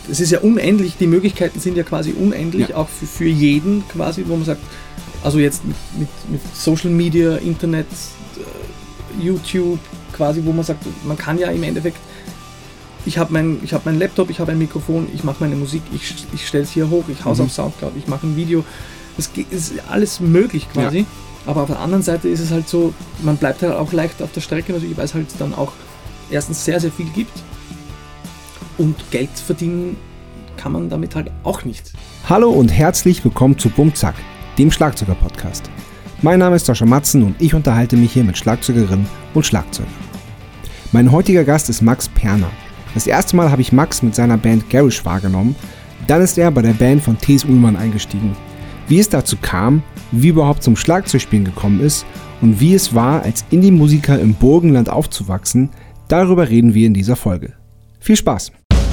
es ist ja unendlich, die Möglichkeiten sind ja quasi unendlich, auch für jeden quasi, wo man sagt, also jetzt mit Social Media, Internet, YouTube quasi, wo man sagt, man kann ja im Endeffekt, ich habe meinen Laptop, ich habe ein Mikrofon, ich mache meine Musik, ich stelle es hier hoch, ich haue es auf Soundcloud, ich mache ein Video, es ist alles möglich quasi. Ja. Aber auf der anderen Seite ist es halt so, man bleibt halt auch leicht auf der Strecke, natürlich, weil es halt dann auch erstens sehr, sehr viel gibt und Geld verdienen kann man damit halt auch nicht. Hallo und herzlich willkommen zu Bumzack, dem Schlagzeuger-Podcast. Mein Name ist Sascha Matzen und ich unterhalte mich hier mit Schlagzeugerinnen und Schlagzeugern. Mein heutiger Gast ist Max Perner. Das erste Mal habe ich Max mit seiner Band Garish wahrgenommen, dann ist er bei der Band von T.S. Ullmann eingestiegen. Wie es dazu kam, wie überhaupt zum Schlagzeugspielen gekommen ist und wie es war, als Indie-Musiker im Burgenland aufzuwachsen, darüber reden wir in dieser Folge. Viel Spaß!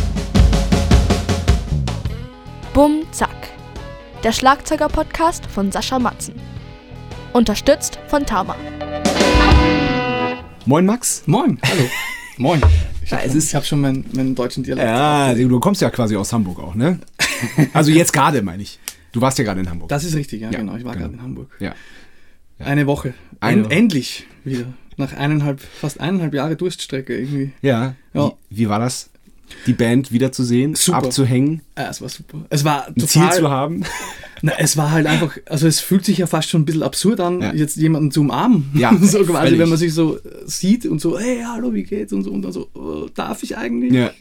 Bum Zack, der Schlagzeuger-Podcast von Sascha Matzen. Unterstützt von Tama. Moin Max. Moin, hallo. Moin. Ich habe schon meinen deutschen Dialekt. Ja, du kommst ja quasi aus Hamburg auch, ne? Also jetzt gerade, meine ich. Du warst ja gerade in Hamburg. Das ist richtig, ja genau. Ich war gerade in Hamburg. Ja. Eine Woche. Endlich wieder. Nach fast eineinhalb Jahre Durststrecke irgendwie. Ja. Wie war das? Die Band wiederzusehen, super. Abzuhängen? Ja, es war super. Es war ein Ziel zu haben? Na, es war halt einfach, also es fühlt sich ja fast schon ein bisschen absurd an, jetzt jemanden zu umarmen. Ja, so quasi, völlig. wenn man sich so sieht und so, hey, hallo, wie geht's? Und dann so, darf ich eigentlich? Ja.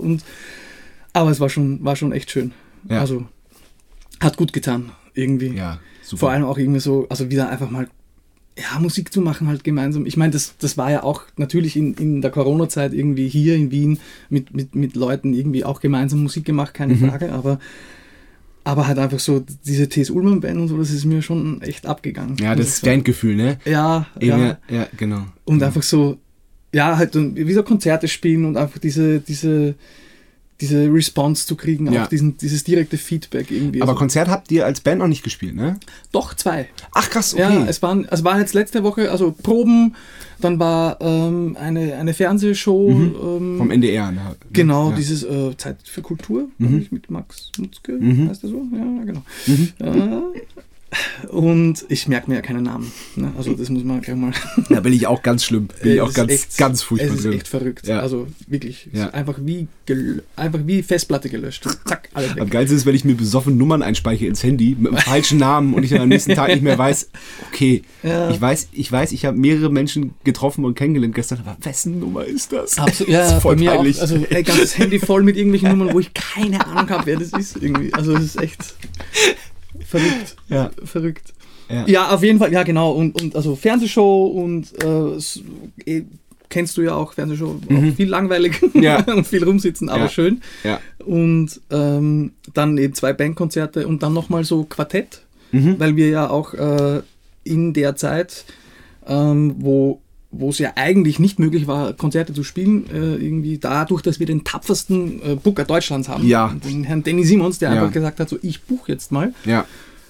Aber es war schon echt schön. Ja. Also hat gut getan, irgendwie. Ja, super. Vor allem auch irgendwie so, also wieder einfach mal Musik zu machen halt gemeinsam. Ich meine, das war ja auch natürlich in der Corona-Zeit irgendwie hier in Wien mit Leuten irgendwie auch gemeinsam Musik gemacht, keine Frage, aber halt einfach so diese T.S. Ullmann Band und so, das ist mir schon echt abgegangen. Ja, das Bandgefühl, ne? Ja, genau. Und einfach so, halt wie so Konzerte spielen und einfach diese Response zu kriegen, auch dieses direkte Feedback irgendwie. Aber Konzert habt ihr als Band noch nicht gespielt, ne? Doch, 2. Ach krass, okay. Ja, es war jetzt letzte Woche, also Proben, dann war eine Fernsehshow. Vom NDR. Ne? Genau, dieses Zeit für Kultur, mit Max Mutzke, heißt er so? Ja, genau. Und ich merke mir ja keinen Namen. Ne? Also das muss man gleich mal... Da bin ich auch ganz schlimm. Bin ich auch ganz furchtbar drin. Es ist echt verrückt. Ja. Also wirklich. Ja. Einfach wie Festplatte gelöscht. Zack, alle weg. Am geilsten ist, wenn ich mir besoffen Nummern einspeichere ins Handy mit einem falschen Namen und ich dann am nächsten Tag nicht mehr weiß, okay, ich weiß, ich habe mehrere Menschen getroffen und kennengelernt gestern, aber wessen Nummer ist das? Absolut, ja, das ist voll bei mir peinlich. auch. Also ganzes Handy voll mit irgendwelchen Nummern, wo ich keine Ahnung habe, wer das ist irgendwie. Also das ist echt... Verrückt. Ja. Verrückt. Ja. Ja, auf jeden Fall, ja genau. Und also Fernsehshow und kennst du ja auch Fernsehshow, auch viel langweilig und viel rumsitzen, aber schön. Ja. Und dann eben 2 Bandkonzerte und dann nochmal so Quartett, weil wir ja auch in der Zeit, wo es ja eigentlich nicht möglich war, Konzerte zu spielen, irgendwie dadurch, dass wir den tapfersten Booker Deutschlands haben, den Herrn Danny Simons, der einfach gesagt hat, so ich buche jetzt mal. Ja.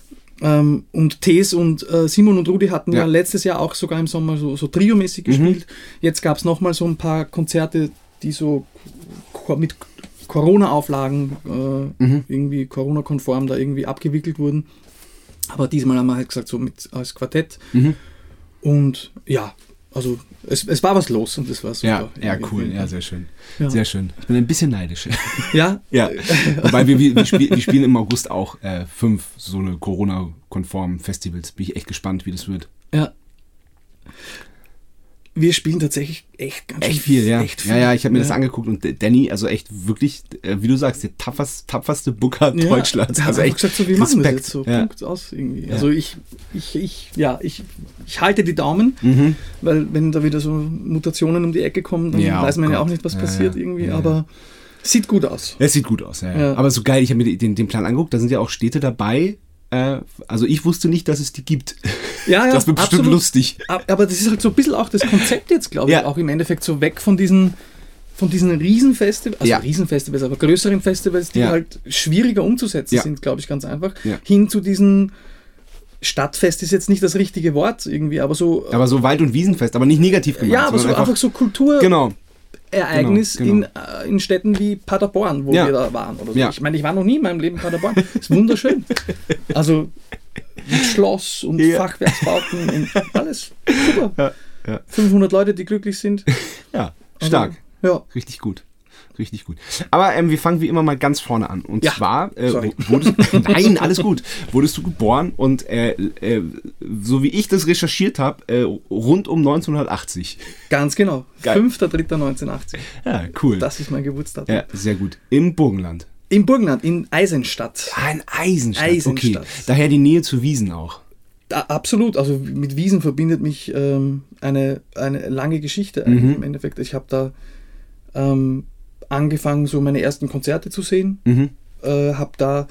Und Tees und Simon und Rudi hatten ja letztes Jahr auch sogar im Sommer so Trio-mäßig gespielt. Jetzt gab es nochmal so ein paar Konzerte, die so mit Corona-Auflagen irgendwie Corona-konform da irgendwie abgewickelt wurden. Aber diesmal haben wir halt gesagt, so als Quartett. Und ja, also es war was los und das war super. Ja, cool, ja, sehr schön. Ja. Sehr schön. Ich bin ein bisschen neidisch. Ja? Ja. Wobei wir spielen im August auch 5 so eine Corona-konformen Festivals. Bin ich echt gespannt, wie das wird. Ja. Wir spielen tatsächlich echt ganz echt viel, ja. Echt viel. Ja, ich habe mir das angeguckt und Danny, also echt wirklich, wie du sagst, der tapferste Booker Deutschlands. Also echt gesagt, so, wir machen das jetzt so, ja. Punkt aus irgendwie. Ja. Also ich halte die Daumen, weil wenn da wieder so Mutationen um die Ecke kommen, dann weiß man ja auch nicht, was passiert irgendwie, aber sieht gut aus. Es sieht gut aus, ja. Aber so geil, ich habe mir den Plan angeguckt, da sind ja auch Städte dabei. Also ich wusste nicht, dass es die gibt. Ja, das wird bestimmt absolut lustig. Aber das ist halt so ein bisschen auch das Konzept jetzt, glaube ich, auch im Endeffekt so weg von diesen Riesenfestivals, Riesenfestivals, aber größeren Festivals, die halt schwieriger umzusetzen sind, glaube ich, ganz einfach, hin zu diesen Stadtfest ist jetzt nicht das richtige Wort irgendwie, aber so... Aber so Wald- und Wiesenfest, aber nicht negativ gemeint. Ja, aber so einfach so Kultur... Genau. Ereignis in Städten wie Paderborn, wo wir da waren. Oder so. Ich meine, ich war noch nie in meinem Leben in Paderborn. Das ist wunderschön. Also mit Schloss und Fachwerksbauten und alles. Super. 500 Leute, die glücklich sind. Ja, stark. Also, richtig gut. Richtig gut. Aber wir fangen wie immer mal ganz vorne an. Und zwar nein, alles gut. Wurdest du geboren und so wie ich das recherchiert habe, rund um 1980. Ganz genau. 5.3.1980. Ja, cool. Das ist mein Geburtsdatum. Ja, sehr gut. Im Burgenland. Im Burgenland, in Eisenstadt. In Eisenstadt. Okay. Daher die Nähe zu Wiesen auch. Absolut. Also mit Wiesen verbindet mich eine lange Geschichte eigentlich im Endeffekt. Ich habe da angefangen, so meine ersten Konzerte zu sehen. Habe da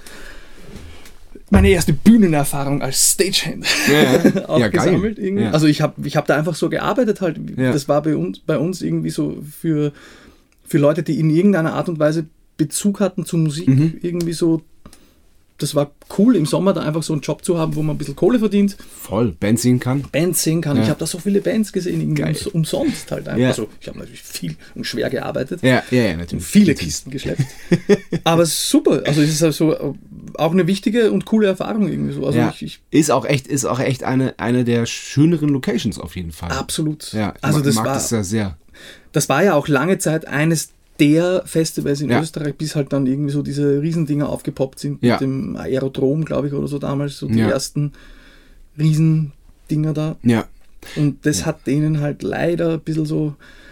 meine erste Bühnenerfahrung als Stagehand auch gesammelt. Irgendwie. Ja. Also ich hab da einfach so gearbeitet halt. Ja. Das war bei uns irgendwie so für Leute, die in irgendeiner Art und Weise Bezug hatten zu Musik. Irgendwie so, das war cool im Sommer da einfach so einen Job zu haben, wo man ein bisschen Kohle verdient. Voll, Bands sehen kann. Ja. Ich habe da so viele Bands gesehen, irgendwie umsonst halt einfach. Ja. Also ich habe natürlich viel und schwer gearbeitet. Ja, natürlich. Und viele Kisten geschleppt. Aber super, also es ist also auch eine wichtige und coole Erfahrung irgendwie so. Also ist auch echt eine der schöneren Locations auf jeden Fall. Absolut. Ja, ich mag das ja sehr. Das war ja auch lange Zeit eines der Festivals in Österreich, bis halt dann irgendwie so diese Riesendinger aufgepoppt sind mit dem Aerodrom, glaube ich, oder so damals, so die ersten Riesendinger da. Ja. Und das hat denen halt leider ein bisschen so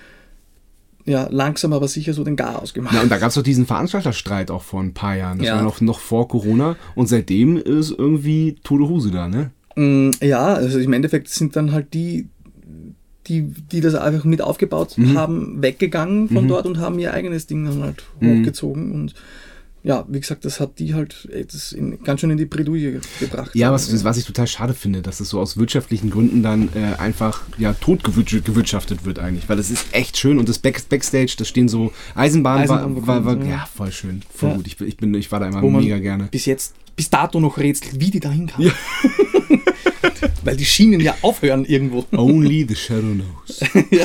langsam, aber sicher so den Garaus gemacht. Ja, und da gab es doch diesen Veranstalterstreit auch vor ein paar Jahren. Das war noch vor Corona und seitdem ist irgendwie tote Hose da, ne? Ja, also im Endeffekt sind dann halt die das einfach mit aufgebaut haben, weggegangen von dort und haben ihr eigenes Ding dann halt hochgezogen. Und ja, wie gesagt, das hat die halt ganz schön in die Bredouille gebracht. Ja, was ich total schade finde, dass es so aus wirtschaftlichen Gründen dann einfach totgewirtschaftet wird eigentlich. Weil das ist echt schön und das Backstage, da stehen so Eisenbahnen war voll schön, voll gut. Ich war da immer mega gerne. Bis dato noch rätselt, wie die da hinkamen. Ja. Weil die Schienen ja aufhören irgendwo. Only the shadow knows.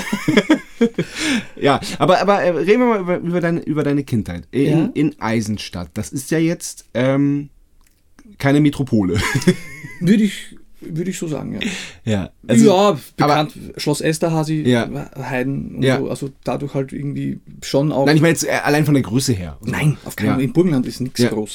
Ja, aber reden wir mal über deine Kindheit in Eisenstadt. Das ist ja jetzt keine Metropole. Würde ich so sagen, ja. Bekannt, Schloss Esterházy, Heiden und so, also dadurch halt irgendwie schon auch... Nein, ich meine jetzt allein von der Größe her. Nein, auf keinen Fall. In Burgenland ist nichts groß.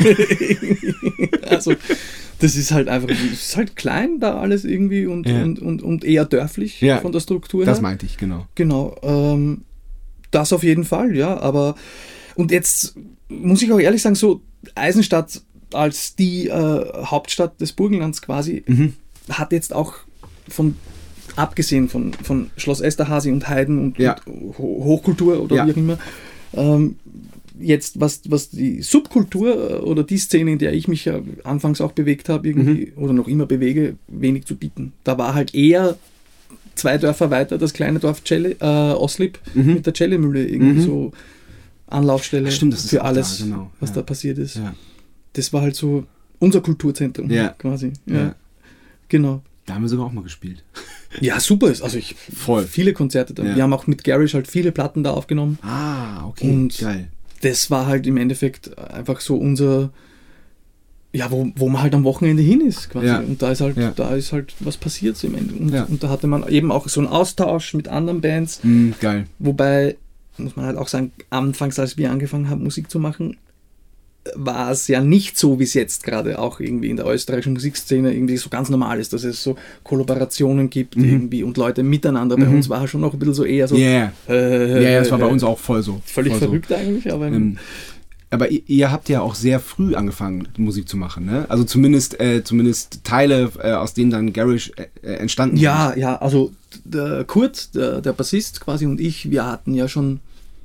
Also das ist halt einfach, es ist halt klein da alles irgendwie und eher dörflich von der Struktur her. Das meinte ich, genau. Genau, das auf jeden Fall, aber und jetzt muss ich auch ehrlich sagen, so Eisenstadt als die Hauptstadt des Burgenlands quasi, hat jetzt auch abgesehen von Schloss Esterházy und Heiden und Hochkultur oder wie auch immer, jetzt was die Subkultur oder die Szene, in der ich mich ja anfangs auch bewegt habe irgendwie oder noch immer bewege, wenig zu bieten. Da war halt eher 2 Dörfer weiter das kleine Dorf Oslip mit der Cellemühle irgendwie so Anlaufstelle für alles, was da passiert ist. Ja. Das war halt so unser Kulturzentrum quasi. Ja. Genau. Da haben wir sogar auch mal gespielt. Ja, super. Also viele Konzerte da. Wir haben auch mit Garish halt viele Platten da aufgenommen. Ah, okay. Und geil. Das war halt im Endeffekt einfach so unser, wo man halt am Wochenende hin ist quasi. Ja. Und da ist halt was passiert im Endeffekt. Und da hatte man eben auch so einen Austausch mit anderen Bands. Geil. Wobei, muss man halt auch sagen, anfangs, als wir angefangen haben, Musik zu machen, war es ja nicht so, wie es jetzt gerade auch irgendwie in der österreichischen Musikszene irgendwie so ganz normal ist, dass es so Kollaborationen gibt irgendwie und Leute miteinander. Bei uns war es schon noch ein bisschen so eher so... das war bei uns auch voll so. Völlig voll verrückt so. Eigentlich, aber... Aber ihr habt ja auch sehr früh angefangen, Musik zu machen, ne? Also zumindest Teile, aus denen dann Garish entstanden sind. Ja, also der Kurt, der Bassist quasi und ich, wir hatten ja schon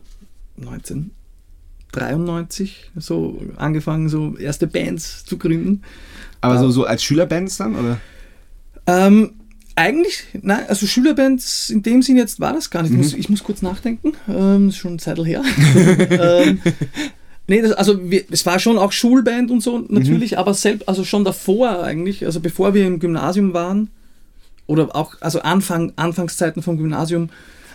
1993 so angefangen, so erste Bands zu gründen. Aber so als Schülerbands dann, oder? Eigentlich, nein, also Schülerbands in dem Sinn jetzt war das gar nicht. Ich muss kurz nachdenken, ist schon eine Zeit her. Nee, es war schon auch Schulband und so natürlich, aber also schon davor eigentlich, also bevor wir im Gymnasium waren oder auch, also Anfangszeiten vom Gymnasium,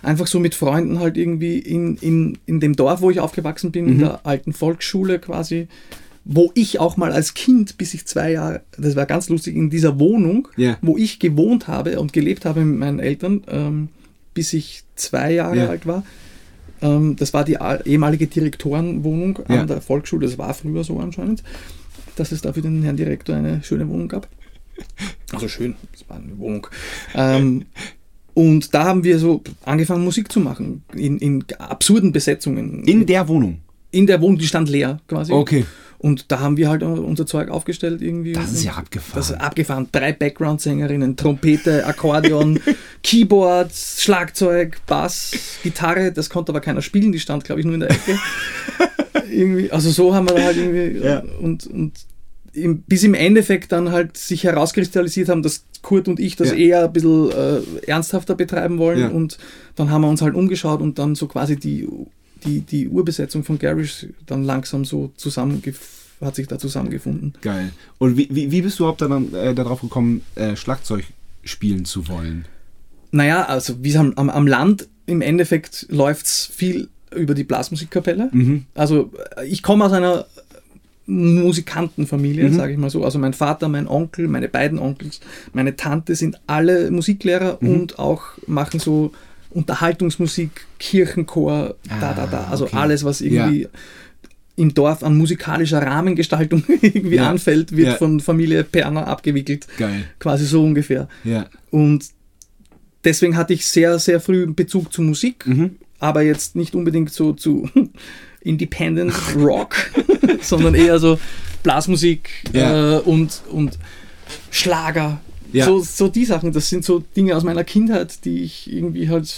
einfach so mit Freunden halt irgendwie in dem Dorf, wo ich aufgewachsen bin, in der alten Volksschule quasi, wo ich auch mal als Kind, bis ich 2 Jahre, das war ganz lustig, in dieser Wohnung, wo ich gewohnt habe und gelebt habe mit meinen Eltern, bis ich 2 Jahre alt war. Das war die ehemalige Direktorenwohnung an der Volksschule. Das war früher so anscheinend, dass es da für den Herrn Direktor eine schöne Wohnung gab. Also schön, das war eine Wohnung. Und da haben wir so angefangen, Musik zu machen, in absurden Besetzungen. In der Wohnung? In der Wohnung, die stand leer quasi. Okay. Und da haben wir halt unser Zeug aufgestellt irgendwie. Das ist ja abgefahren. Das ist abgefahren. 3 Background-Sängerinnen, Trompete, Akkordeon, Keyboard, Schlagzeug, Bass, Gitarre. Das konnte aber keiner spielen, die stand, glaube ich, nur in der Ecke. Irgendwie, also so haben wir da halt irgendwie bis im Endeffekt dann halt sich herauskristallisiert haben, dass Kurt und ich das eher ein bisschen ernsthafter betreiben wollen. Ja. Und dann haben wir uns halt umgeschaut und dann so quasi die Urbesetzung von Garish dann langsam so hat sich da zusammengefunden. Geil. Und wie bist du überhaupt dann darauf gekommen, Schlagzeug spielen zu wollen? Naja, also wie am Land im Endeffekt läuft es viel über die Blasmusikkapelle. Also ich komme aus einer Musikantenfamilie, sage ich mal so. Also mein Vater, mein Onkel, meine beiden Onkels, meine Tante sind alle Musiklehrer und auch machen so Unterhaltungsmusik, Kirchenchor, also alles, was irgendwie im Dorf an musikalischer Rahmengestaltung irgendwie anfällt, wird von Familie Perner abgewickelt. Geil. Quasi so ungefähr. Ja. Und deswegen hatte ich sehr, sehr früh Bezug zu Musik, aber jetzt nicht unbedingt so zu Independent Rock, sondern eher so Blasmusik und Schlager. Ja. So die Sachen, das sind so Dinge aus meiner Kindheit, die ich irgendwie halt,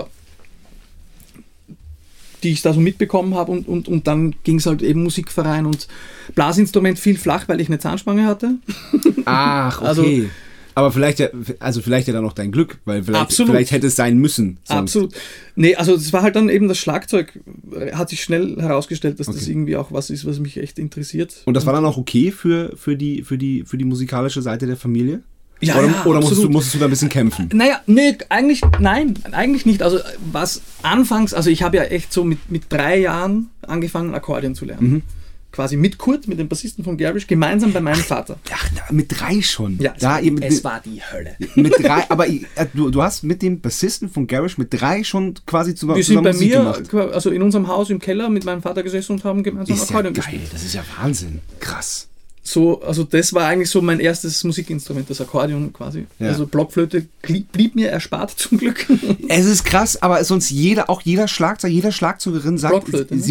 die ich da so mitbekommen habe und dann ging es halt eben Musikverein und Blasinstrument fiel flach, weil ich eine Zahnspange hatte. Ach, okay. Also, aber vielleicht ja dann auch dein Glück, weil vielleicht hätte es sein müssen. Sonst. Absolut. Nee, also das war halt dann eben das Schlagzeug, hat sich schnell herausgestellt, dass das irgendwie auch was ist, was mich echt interessiert. Und das war dann auch okay für die musikalische Seite der Familie? Ja, oder musstest du da ein bisschen kämpfen? Naja, eigentlich nicht. Also was anfangs, also ich habe ja echt so mit 3 Jahren angefangen, Akkordeon zu lernen. Quasi mit Kurt, mit dem Bassisten von Garish, gemeinsam bei meinem Vater. Ach, mit 3 schon? Ja, es war die Hölle. Mit 3, aber du hast mit dem Bassisten von Garish mit 3 schon quasi zusammen Musik gemacht? Wir sind bei mir, also in unserem Haus im Keller mit meinem Vater gesessen und haben gemeinsam Akkordeon gespielt. Das ist ja Wahnsinn. Krass. So, also das war eigentlich so mein erstes Musikinstrument, das Akkordeon quasi. Ja. Also Blockflöte blieb mir erspart zum Glück. Es ist krass, aber sonst jeder Schlagzeugerin sagt,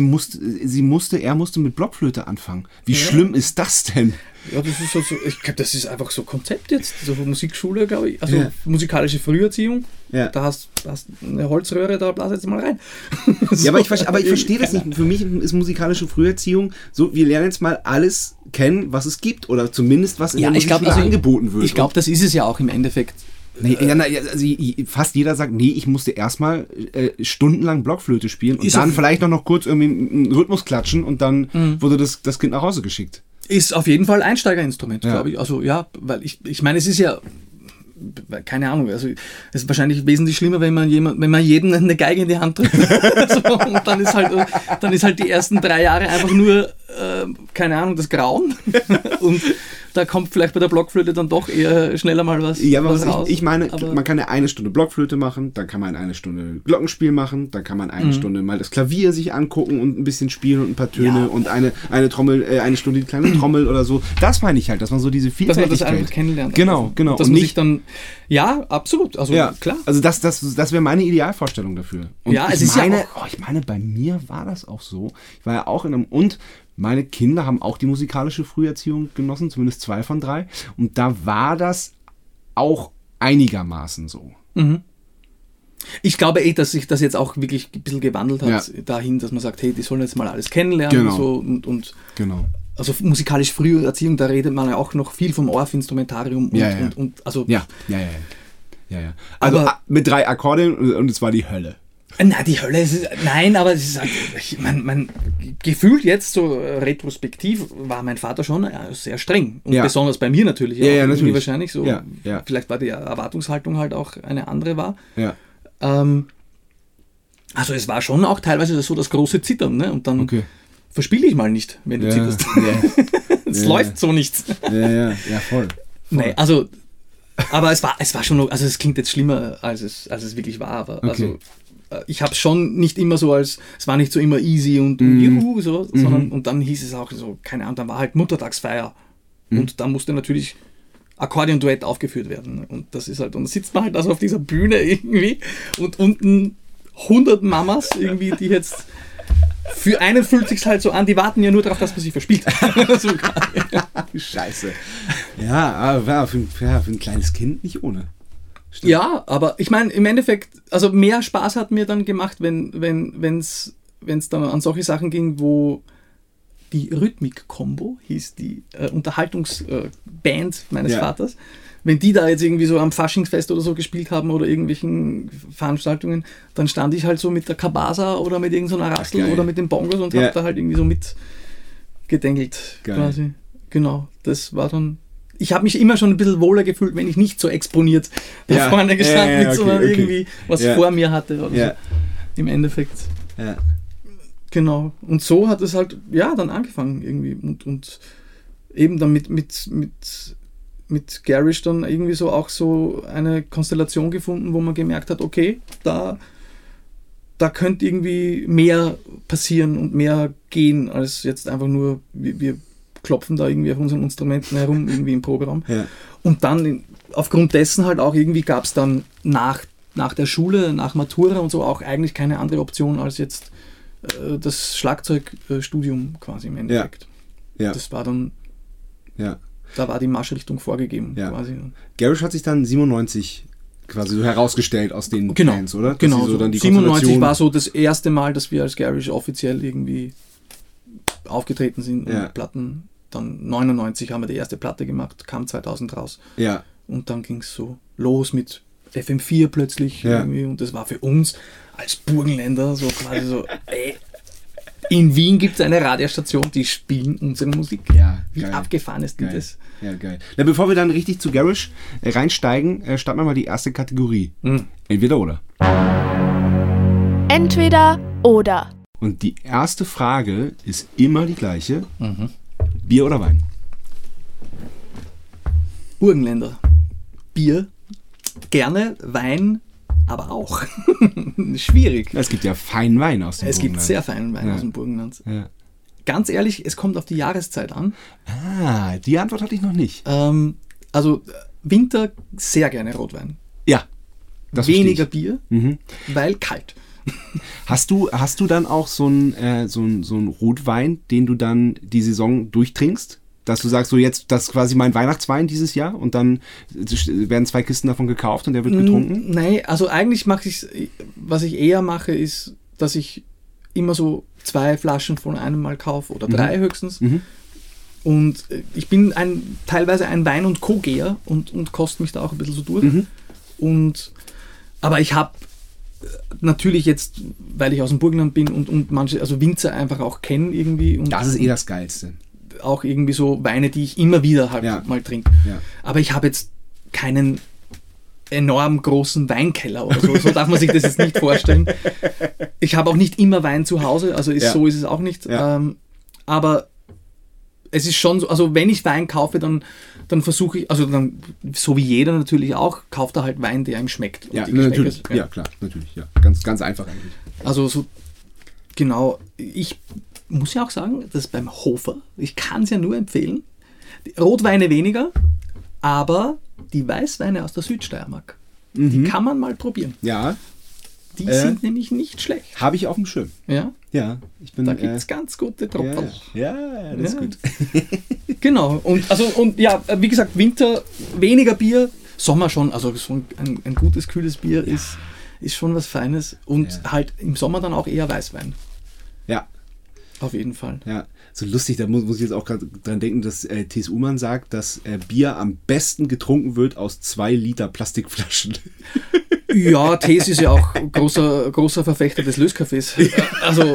er musste mit Blockflöte anfangen. Wie schlimm ist das denn? Ja, das ist also, ich glaube, das ist einfach so Konzept jetzt, so Musikschule, glaube ich. Also musikalische Früherziehung. Ja. Da hast eine Holzröhre, da blas jetzt mal rein. So. Ja, aber ich verstehe das nicht. Für mich ist musikalische Früherziehung so, wir lernen jetzt mal alles kennen, was es gibt. Oder zumindest, was in der Musikschule angeboten wird. Ich glaube, das ist es ja auch im Endeffekt. Fast jeder sagt, ich musste erstmal stundenlang Blockflöte spielen und dann vielleicht noch kurz irgendwie einen Rhythmus klatschen und dann wurde das Kind nach Hause geschickt. Ist auf jeden Fall Einsteigerinstrument, glaube ich. Also weil ich meine, es ist ja, keine Ahnung, also es ist wahrscheinlich wesentlich schlimmer, wenn man jedem eine Geige in die Hand drückt. Und dann ist halt die ersten 3 Jahre einfach nur, keine Ahnung, das Grauen. Und da kommt vielleicht bei der Blockflöte dann doch eher schneller mal was raus. Ich meine, man kann ja 1 Stunde Blockflöte machen, dann kann man 1 Stunde Glockenspiel machen, dann kann man 1 Stunde mal das Klavier sich angucken und ein bisschen spielen und ein paar Töne und eine Trommel, 1 Stunde die kleine Trommel oder so. Das meine ich halt, dass man so diese Vielfältigkeit... Dass man das einfach kennenlernt. Genau. Dass man sich dann... Ja, absolut. Also klar. Also das wäre meine Idealvorstellung dafür. Und ich meine, bei mir war das auch so. Ich war ja auch in einem... Und meine Kinder haben auch die musikalische Früherziehung genossen, zumindest 2 von 3. Und da war das auch einigermaßen so. Ich glaube dass sich das jetzt auch wirklich ein bisschen gewandelt hat, dahin, dass man sagt, hey, die sollen jetzt mal alles kennenlernen. Genau. So, und also musikalische Früherziehung, da redet man ja auch noch viel vom Orff-Instrumentarium. Also mit 3 Akkorden und es war die Hölle. Na, die Hölle aber es ist halt, man gefühlt jetzt so retrospektiv war mein Vater schon sehr streng. Und besonders bei mir natürlich. Natürlich. Wahrscheinlich so. Vielleicht war die Erwartungshaltung halt auch eine andere war. Ja. Also es war schon auch teilweise so das große Zittern, ne? Und dann verspiele ich mal nicht, wenn du zitterst. Es läuft so nichts. Ja, voll. Nee, also, aber es war schon noch, also es klingt jetzt schlimmer, als es wirklich war, aber also ich habe es schon nicht immer so es war nicht so immer easy und juhu, so, sondern und dann hieß es auch so, keine Ahnung, dann war halt Muttertagsfeier und da musste natürlich Akkordeon-Duett aufgeführt werden und das ist halt, und da sitzt man halt also auf dieser Bühne irgendwie und unten 100 Mamas irgendwie, die jetzt für einen fühlt sich's halt so an, die warten ja nur darauf, dass man sie verspielt. So Scheiße. Ja, aber für ein kleines Kind nicht ohne. Stimmt. Ja, aber ich meine, im Endeffekt, also mehr Spaß hat mir dann gemacht, wenn's dann an solche Sachen ging, wo die Rhythmik-Combo hieß die Unterhaltungsband meines Vaters. Wenn die da jetzt irgendwie so am Faschingsfest oder so gespielt haben oder irgendwelchen Veranstaltungen, dann stand ich halt so mit der Kabasa oder mit irgendeiner Rassel oder mit den Bongos und hab da halt irgendwie so mitgedengelt quasi. Genau, das war dann... Ich habe mich immer schon ein bisschen wohler gefühlt, wenn ich nicht so exponiert da vorne gestanden bin, sondern irgendwie was vor mir hatte oder so. Im Endeffekt. Ja. Genau. Und so hat es halt, dann angefangen irgendwie. Und eben dann mit Garish dann irgendwie so auch so eine Konstellation gefunden, wo man gemerkt hat, okay, da könnte irgendwie mehr passieren und mehr gehen, als jetzt einfach nur, wir klopfen da irgendwie auf unseren Instrumenten herum, irgendwie im Proberaum. Ja. Und dann aufgrund dessen halt auch irgendwie gab es dann nach der Schule, nach Matura und so auch eigentlich keine andere Option als jetzt das Schlagzeugstudium quasi im Endeffekt. Ja. Das war dann... Ja. Da war die Marschrichtung vorgegeben. Ja. Quasi. Garish hat sich dann 97 quasi so herausgestellt aus den Bands, oder? Dass genau. So dann die 97 war so das erste Mal, dass wir als Garish offiziell irgendwie aufgetreten sind und Platten. Dann 99 haben wir die erste Platte gemacht, kam 2000 raus. Ja. Und dann ging es so los mit FM4 plötzlich irgendwie. Und das war für uns als Burgenländer so quasi so, in Wien gibt es eine Radiostation, die spielen unsere Musik. Ja, wie geil. Abgefahren ist denn das? Ja, geil. Na, bevor wir dann richtig zu Garish reinsteigen, starten wir mal die erste Kategorie. Entweder oder. Entweder oder. Und die erste Frage ist immer die gleiche. Bier oder Wein? Burgenländer. Bier, gerne, Wein, aber auch. Schwierig. Es gibt ja feinen Wein aus dem Burgenland. Es gibt sehr feinen Wein aus dem Burgenland. Ja. Ganz ehrlich, es kommt auf die Jahreszeit an. Die Antwort hatte ich noch nicht. Also Winter sehr gerne Rotwein. Ja. Das weniger Bier, weil kalt. Hast du dann auch so einen Rotwein, den du dann die Saison durchtrinkst? Dass du sagst, so jetzt, das ist quasi mein Weihnachtswein dieses Jahr und dann werden 2 Kisten davon gekauft und der wird getrunken? Nein, also eigentlich was ich eher mache, ist, dass ich immer so 2 Flaschen von einem Mal kaufe oder 3 höchstens. Und ich bin teilweise ein Wein- und Co-Geher und koste mich da auch ein bisschen so durch. Aber ich habe natürlich jetzt, weil ich aus dem Burgenland bin und manche, also Winzer einfach auch kennen irgendwie. Und das ist das Geilste. Auch irgendwie so Weine, die ich immer wieder halt mal trinke. Ja. Aber ich habe jetzt keinen enorm großen Weinkeller oder so. So darf man sich das jetzt nicht vorstellen. Ich habe auch nicht immer Wein zu Hause, also so ist es auch nicht. Ja. Aber es ist schon so, also wenn ich Wein kaufe, dann versuche ich, also dann, so wie jeder natürlich auch, kauft er halt Wein, der ihm schmeckt. Ja, natürlich. Ja, klar, natürlich. Ja. Ganz, ganz einfach eigentlich. Also so, genau, ich muss ja auch sagen, dass beim Hofer, ich kann es ja nur empfehlen, die Rotweine weniger, aber die Weißweine aus der Südsteiermark, die kann man mal probieren. Ja. Die sind nämlich nicht schlecht. Habe ich auf dem Schirm. Ja? Ja. Da gibt es ganz gute Tropfen. Ja, das ist gut. Genau. Und wie gesagt, Winter weniger Bier, Sommer schon, also so ein gutes, kühles Bier ist schon was Feines. Und halt im Sommer dann auch eher Weißwein. Ja. Auf jeden Fall. Ja, so lustig, da muss ich jetzt auch gerade dran denken, dass T.S. Ullmann sagt, dass Bier am besten getrunken wird aus 2 Liter Plastikflaschen. Ja, T.S. ist ja auch großer Verfechter des Löskaffees. Also,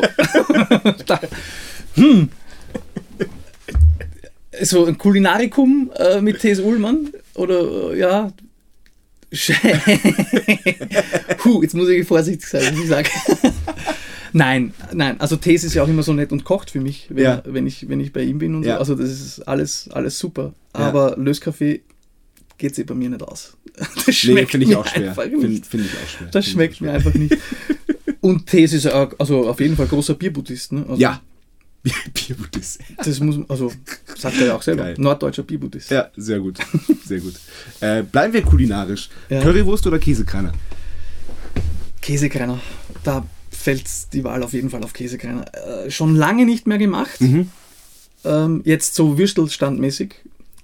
so ein Kulinarikum mit T.S. Ullmann oder Jetzt muss ich vorsichtig sein, was ich sage. Nein, also Tees ist ja auch immer so nett und kocht für mich, wenn ich bei ihm bin und so. Also das ist alles super. Aber Löskaffee geht sich bei mir nicht aus. Das schmeckt finde ich auch schwer. Finde ich auch schwer. Das schmeckt mir einfach nicht. Und Tees ist auch, also auf jeden Fall großer Bierbuddhist. Ne? Also ja. Bierbuddhist. Das muss, also sagt er ja auch selber. Geil. Norddeutscher Bierbuddhist. Ja, sehr gut. Sehr gut. Bleiben wir kulinarisch. Ja. Currywurst oder Käsekreiner? Käsekreiner. Da fällt die Wahl auf jeden Fall auf Käsekreiner. Schon lange nicht mehr gemacht. Jetzt so Würstelstandmäßig.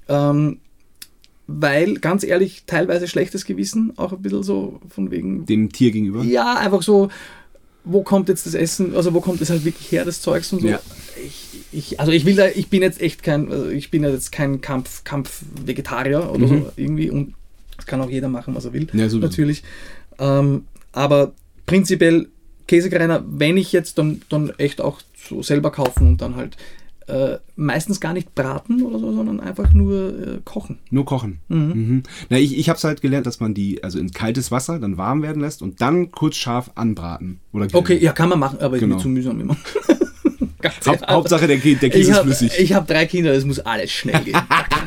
Weil, ganz ehrlich, teilweise schlechtes Gewissen, auch ein bisschen so von wegen... Dem Tier gegenüber? Ja, einfach so, wo kommt jetzt das Essen, also wo kommt das halt wirklich her, das Zeugs und so. Ja. Ich bin jetzt echt kein Kampf-Vegetarier oder so irgendwie und das kann auch jeder machen, was er will, natürlich. Aber prinzipiell Käsekreiner, wenn ich jetzt dann echt auch so selber kaufen und dann halt meistens gar nicht braten oder so, sondern einfach nur kochen. Nur kochen. Na, ich habe es halt gelernt, dass man die also in kaltes Wasser dann warm werden lässt und dann kurz scharf anbraten. Oder okay, ja, kann man machen, aber genau. Ist mir zu mühsam immer. Hauptsache der Käse ist flüssig. Ich habe 3 Kinder, es muss alles schnell gehen.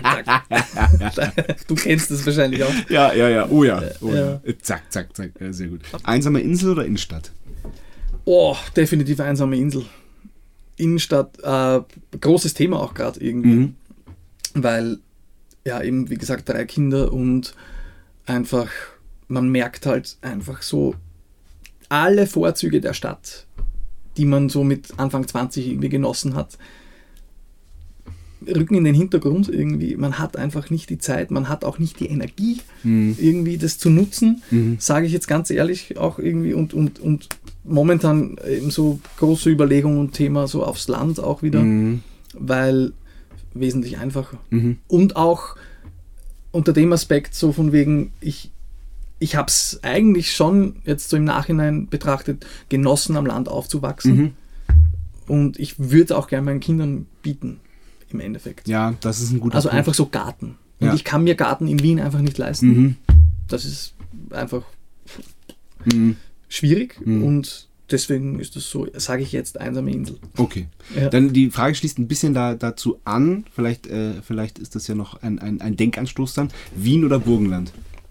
Du kennst das wahrscheinlich auch. Ja. Oh ja. Zack. Sehr gut. Einsame Insel oder Innenstadt? Oh, definitiv einsame Insel. Innenstadt, großes Thema auch gerade irgendwie, weil ja eben, wie gesagt, 3 Kinder und einfach, man merkt halt einfach so alle Vorzüge der Stadt, die man so mit Anfang 20 irgendwie genossen hat, rücken in den Hintergrund irgendwie. Man hat einfach nicht die Zeit, man hat auch nicht die Energie, irgendwie das zu nutzen, sage ich jetzt ganz ehrlich auch irgendwie und momentan eben so große Überlegungen und Thema so aufs Land auch wieder, weil wesentlich einfacher. Und auch unter dem Aspekt so von wegen, ich habe es eigentlich schon jetzt so im Nachhinein betrachtet, genossen am Land aufzuwachsen und ich würde auch gerne meinen Kindern bieten im Endeffekt. Ja, das ist ein guter Also Punkt. einfach so Garten. Und ich kann mir Garten in Wien einfach nicht leisten. Das ist einfach schwierig und deswegen ist das so, sage ich jetzt, einsame Insel. Okay. Ja. Dann die Frage schließt ein bisschen dazu an, vielleicht ist das ja noch ein Denkanstoß dann. Wien oder Burgenland?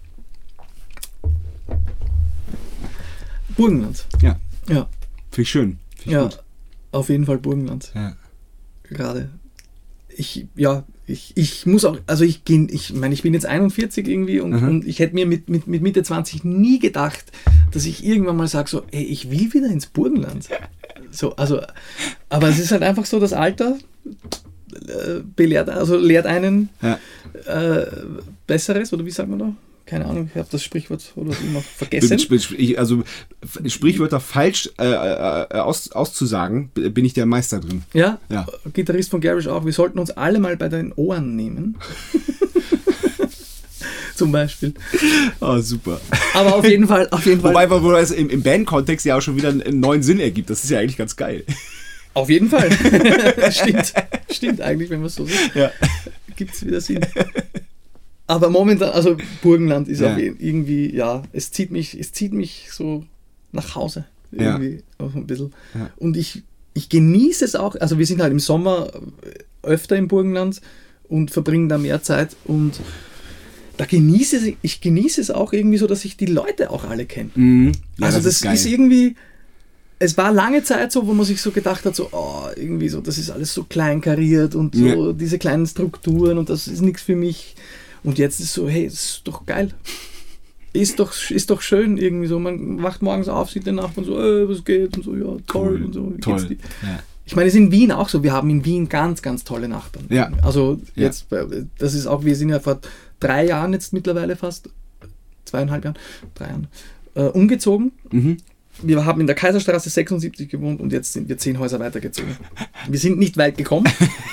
Burgenland. Ja. Ja. Finde ich schön. Gut. Auf jeden Fall Burgenland. Ja. Gerade. Ich muss auch, also ich bin jetzt 41 irgendwie und ich hätte mir mit Mitte 20 nie gedacht, dass ich irgendwann mal sage so, ey, ich will wieder ins Burgenland. So, also, aber es ist halt einfach so, das Alter lehrt einen Besseres, oder wie sagt man da? Keine Ahnung, ich habe das Sprichwort oder immer vergessen. Sprichwörter falsch auszusagen, bin ich der Meister drin. Ja. Gitarrist von Garish auch. Wir sollten uns alle mal bei den Ohren nehmen. Zum Beispiel. Oh, super. Aber auf jeden Fall. Wobei es im Band-Kontext ja auch schon wieder einen neuen Sinn ergibt. Das ist ja eigentlich ganz geil. Auf jeden Fall. Stimmt eigentlich, wenn man es so sieht. Ja. Gibt es wieder Sinn. Aber momentan, also Burgenland ist auch irgendwie, es zieht mich so nach Hause. Irgendwie auch ein bisschen. Ja. Und ich genieße es auch, also wir sind halt im Sommer öfter im Burgenland und verbringen da mehr Zeit und da genieße es auch irgendwie so, dass ich die Leute auch alle kenne. Ja, also das ist irgendwie, es war lange Zeit so, wo man sich so gedacht hat, so, irgendwie so, das ist alles so kleinkariert und so diese kleinen Strukturen und das ist nichts für mich. Und jetzt ist so, hey, das ist doch geil. Ist doch schön irgendwie so. Man wacht morgens auf, sieht den Nachbarn so, was geht? Und so, ja, toll. Und so, wie geht's dir? Ja. Ich meine, es ist in Wien auch so. Wir haben in Wien ganz, ganz tolle Nachbarn. Ja. Also jetzt, das ist auch, wir sind ja vor 3 Jahren jetzt mittlerweile fast, 2,5 Jahren, 3 Jahren, umgezogen. Wir haben in der Kaiserstraße 76 gewohnt und jetzt sind wir 10 Häuser weitergezogen. Wir sind nicht weit gekommen.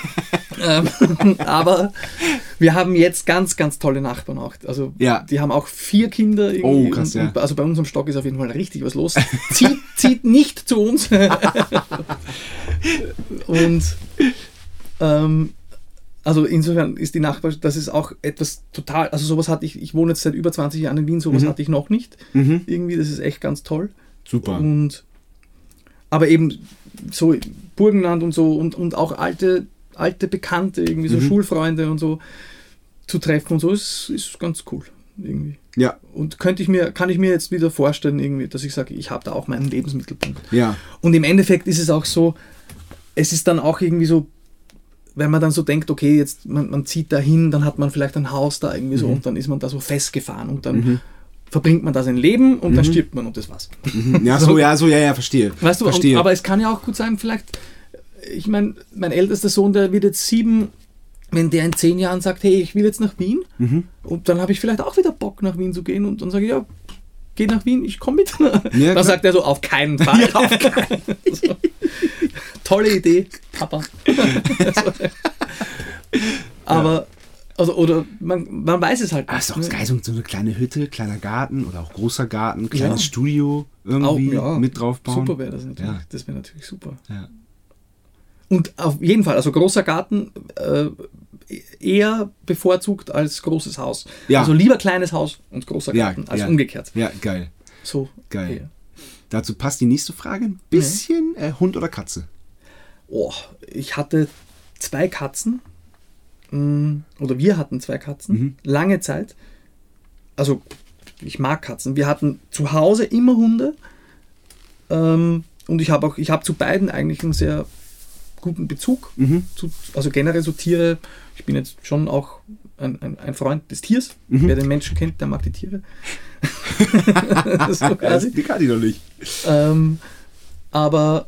Aber wir haben jetzt ganz, ganz tolle Nachbarn auch. Also die haben auch 4 Kinder. Irgendwie. Oh, krass, und also bei uns am Stock ist auf jeden Fall richtig was los. Zieht nicht zu uns. Und Also insofern ist die Nachbarschaft, das ist auch etwas total, also sowas hatte ich wohne jetzt seit über 20 Jahren in Wien, sowas hatte ich noch nicht. Irgendwie, das ist echt ganz toll. Super. Aber eben so Burgenland und so und auch alte Bekannte, irgendwie so Schulfreunde und so zu treffen und so, ist ganz cool irgendwie. Ja. Und kann ich mir jetzt wieder vorstellen, irgendwie, dass ich sage, ich habe da auch meinen Lebensmittelpunkt. Ja. Und im Endeffekt ist es auch so, es ist dann auch irgendwie so, wenn man dann so denkt, okay, jetzt man zieht da hin, dann hat man vielleicht ein Haus da irgendwie so und dann ist man da so festgefahren und dann verbringt man da sein Leben und dann stirbt man und das war's. Ja, verstehe. Weißt du, verstehe. Aber es kann ja auch gut sein, vielleicht, ich meine, mein ältester Sohn, der wird jetzt 7, wenn der in 10 Jahren sagt, hey, ich will jetzt nach Wien und dann habe ich vielleicht auch wieder Bock nach Wien zu gehen und dann sage ich, ja, geh nach Wien, ich komme mit. Ja, dann sagt er so, auf keinen Fall. Ja, auf keinen. So. Tolle Idee, Papa. Aber, also, oder man weiß es halt nicht. Ist doch geil, so eine kleine Hütte, kleiner Garten oder auch großer Garten, kleines Studio irgendwie mit draufbauen. Super wäre das natürlich. Ja. Das wäre natürlich super. Ja. Und auf jeden Fall, also großer Garten eher bevorzugt als großes Haus. Ja. Also lieber kleines Haus und großer Garten als umgekehrt. Ja, geil. So geil. Eher. Dazu passt die nächste Frage ein bisschen. Hund oder Katze? Oh, ich hatte 2 Katzen. Oder wir hatten 2 Katzen. Lange Zeit. Also, ich mag Katzen. Wir hatten zu Hause immer Hunde. Und ich habe zu beiden eigentlich einen sehr guten Bezug. Also generell so Tiere. Ich bin jetzt schon auch ein Freund des Tiers. Wer den Menschen kennt, der mag die Tiere. So quasi. Die kann ich noch nicht. Aber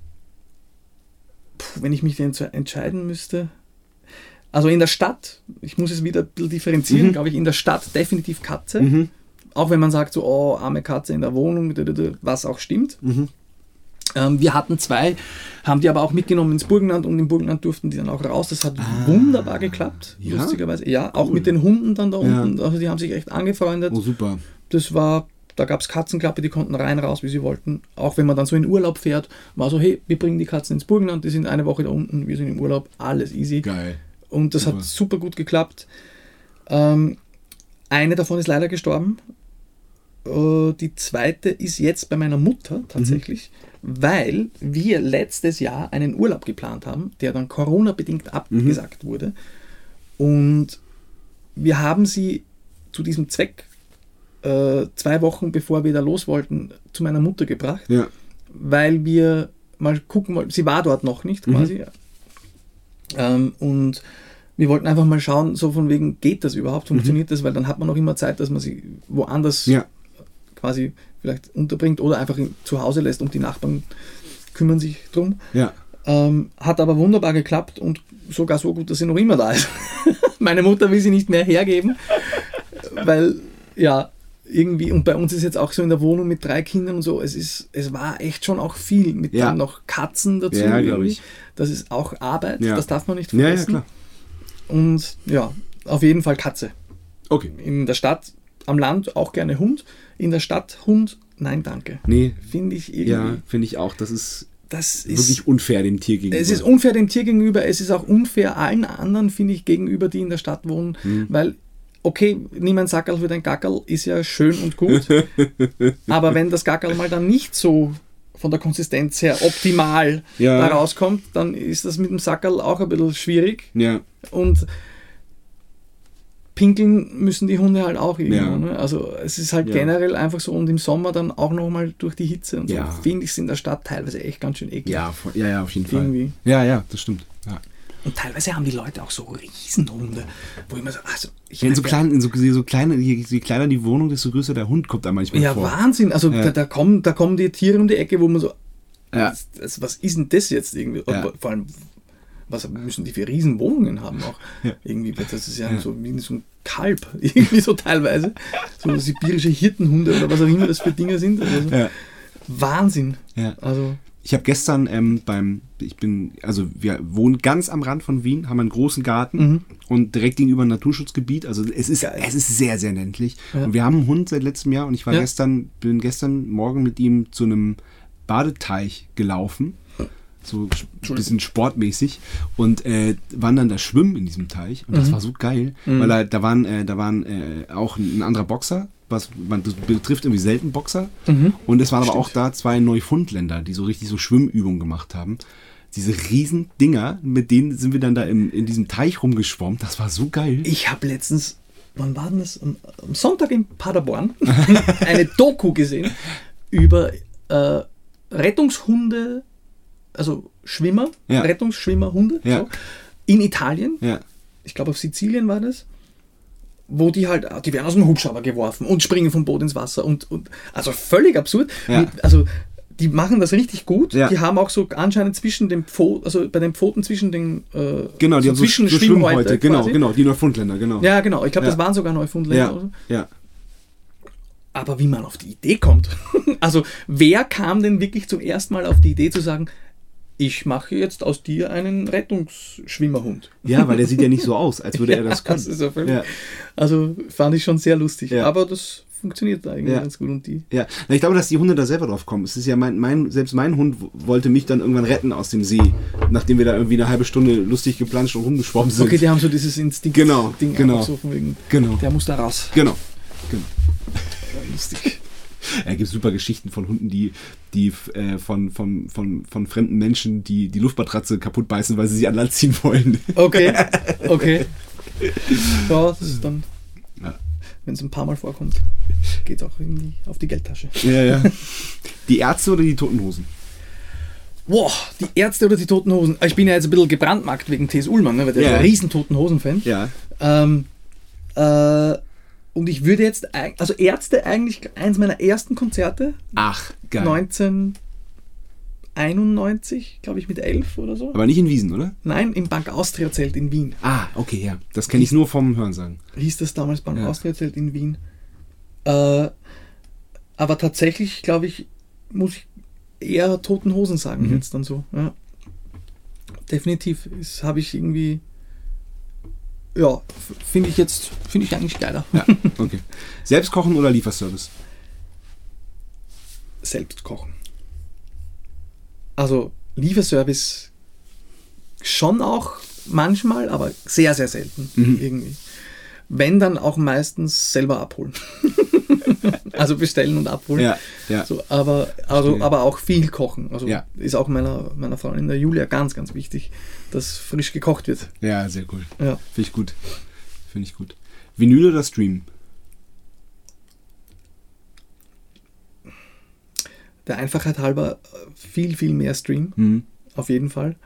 wenn ich mich denn entscheiden müsste, also in der Stadt, ich muss es wieder ein bisschen differenzieren, glaube ich, in der Stadt definitiv Katze. Auch wenn man sagt so, oh, arme Katze in der Wohnung, was auch stimmt. Wir hatten 2, haben die aber auch mitgenommen ins Burgenland und im Burgenland durften die dann auch raus. Das hat wunderbar geklappt, lustigerweise. Ja, auch mit den Hunden dann da unten, also die haben sich echt angefreundet. Oh, super. Da gab es Katzenklappe, die konnten rein, raus, wie sie wollten. Auch wenn man dann so in Urlaub fährt, war so, hey, wir bringen die Katzen ins Burgenland, die sind eine Woche da unten, wir sind im Urlaub, alles easy. Geil. Und das hat super gut geklappt. Eine davon ist leider gestorben. Die zweite ist jetzt bei meiner Mutter tatsächlich, weil wir letztes Jahr einen Urlaub geplant haben, der dann Corona-bedingt abgesagt wurde. Und wir haben sie zu diesem Zweck 2 Wochen bevor wir da los wollten, zu meiner Mutter gebracht, weil wir mal gucken wollten, sie war dort noch nicht quasi, und wir wollten einfach mal schauen, so von wegen, geht das überhaupt, funktioniert das, weil dann hat man noch immer Zeit, dass man sie woanders quasi vielleicht unterbringt oder einfach zu Hause lässt und die Nachbarn kümmern sich drum. Ja. Hat aber wunderbar geklappt und sogar so gut, dass sie noch immer da ist. Meine Mutter will sie nicht mehr hergeben, weil irgendwie, und bei uns ist jetzt auch so in der Wohnung mit 3 Kindern und so, es war echt schon auch viel, mit dann noch Katzen dazu. Ja, glaube ich. Das ist auch Arbeit, das darf man nicht vergessen. Ja, klar. Und auf jeden Fall Katze. Okay. In der Stadt, am Land auch gerne Hund. In der Stadt Hund, nein, danke. Nee. Finde ich irgendwie. Ja, finde ich auch. Das ist wirklich unfair dem Tier gegenüber. Es ist unfair dem Tier gegenüber. Es ist auch unfair allen anderen, finde ich, gegenüber, die in der Stadt wohnen. Weil, okay, nimm ein Sackerl für dein Gackerl, ist ja schön und gut. Aber wenn das Gackerl mal dann nicht so von der Konsistenz her optimal da rauskommt, dann ist das mit dem Sackerl auch ein bisschen schwierig. Ja. Und pinkeln müssen die Hunde halt auch irgendwo. Ne? Also es ist halt generell einfach so, und im Sommer dann auch nochmal durch die Hitze und so, finde ich es in der Stadt teilweise echt ganz schön eklig. Ja, auf jeden irgendwie. Fall. Ja, das stimmt. Ja. Und teilweise haben die Leute auch so Riesenhunde, wo ich mir so, je kleiner die Wohnung, desto größer der Hund kommt da manchmal vor. Ja, Wahnsinn. Also da kommen die Tiere um die Ecke, wo man so, was ist denn das jetzt irgendwie? Ja. Vor allem, was müssen die für Riesenwohnungen haben auch? Ja. Irgendwie, das ist ja so wie so ein Kalb, irgendwie so teilweise. So sibirische Hirtenhunde oder was auch immer das für Dinge sind. Also so. Wahnsinn. Ja. Also ich habe gestern wir wohnen ganz am Rand von Wien, haben einen großen Garten und direkt gegenüber ein Naturschutzgebiet. Also es ist sehr, sehr ländlich. Ja. Und wir haben einen Hund seit letztem Jahr und ich bin gestern Morgen mit ihm zu einem Badeteich gelaufen. so ein bisschen sportmäßig und waren dann da schwimmen in diesem Teich und das war so geil, weil da waren auch ein anderer Boxer, das betrifft irgendwie selten Boxer und es waren aber auch da 2 Neufundländer, die so richtig so Schwimmübungen gemacht haben. Diese riesen Dinger, mit denen sind wir dann da in diesem Teich rumgeschwommen, das war so geil. Ich habe letztens, wann war denn das? Am Sonntag in Paderborn eine Doku gesehen über Rettungshunde, also Schwimmer, Rettungsschwimmerhunde, so, in Italien. Ja. Ich glaube auf Sizilien war das. Wo die werden aus dem Hubschrauber geworfen und springen vom Boot ins Wasser und also völlig absurd. Ja. Also die machen das richtig gut. Ja. Die haben auch so anscheinend zwischen den Pfoten, also bei den Pfoten zwischen den genau, die haben zwischen so Schwimmhäute, genau, die Neufundländer, genau. Ja, genau. Ich glaube, das waren sogar Neufundländer. Ja. Oder so. Ja. Aber wie man auf die Idee kommt. Also wer kam denn wirklich zum ersten Mal auf die Idee zu sagen, ich mache jetzt aus dir einen Rettungsschwimmerhund? Ja, weil der sieht ja nicht so aus, als würde er das können. Das ist also fand ich schon sehr lustig. Ja. Aber das funktioniert da eigentlich ganz gut. Und ich glaube, dass die Hunde da selber drauf kommen. Es ist ja selbst mein Hund wollte mich dann irgendwann retten aus dem See, nachdem wir da irgendwie eine halbe Stunde lustig geplanscht und rumgeschwommen sind. Okay, die haben so dieses Instinkt-Ding genau. so von wegen, der muss da raus. Genau. Lustig. Es gibt super Geschichten von Hunden, die von fremden Menschen die Luftmatratze kaputt beißen, weil sie sie an Land ziehen wollen. Okay. Ja, das ist dann, wenn es ein paar Mal vorkommt, geht es auch irgendwie auf die Geldtasche. Ja. Die Ärzte oder die Toten Hosen? Boah, die Ärzte oder die Toten Hosen? Ich bin ja jetzt ein bisschen gebrandmarkt wegen T.S. Ullmann, ne, weil der ist ein riesen Toten Hosen-Fan. Ja. Und ich würde jetzt, also Ärzte eigentlich eins meiner ersten Konzerte. Ach, geil. 1991, glaube ich, mit 11 oder so. Aber nicht in Wiesn, oder? Nein, im Bank Austria Zelt in Wien. Ah, okay, ja. Das kenne ich nur vom Hörensagen. Hieß das damals Bank Austria Zelt in Wien. Aber tatsächlich, glaube ich, muss ich eher Toten Hosen sagen jetzt dann so. Ja. Definitiv. Das habe ich irgendwie... Ja, finde ich eigentlich geiler. Ja, okay. Selbst kochen oder Lieferservice? Selbst kochen. Also Lieferservice schon auch manchmal, aber sehr, sehr selten irgendwie. Wenn, dann auch meistens selber abholen. Also bestellen und abholen. Ja. So, aber auch viel kochen. Also ist auch meiner Freundin, der Julia, ganz, ganz wichtig, dass frisch gekocht wird. Ja, sehr cool. Ja. Finde ich gut. Vinyl oder Stream? Der Einfachheit halber viel, viel mehr Stream. Auf jeden Fall.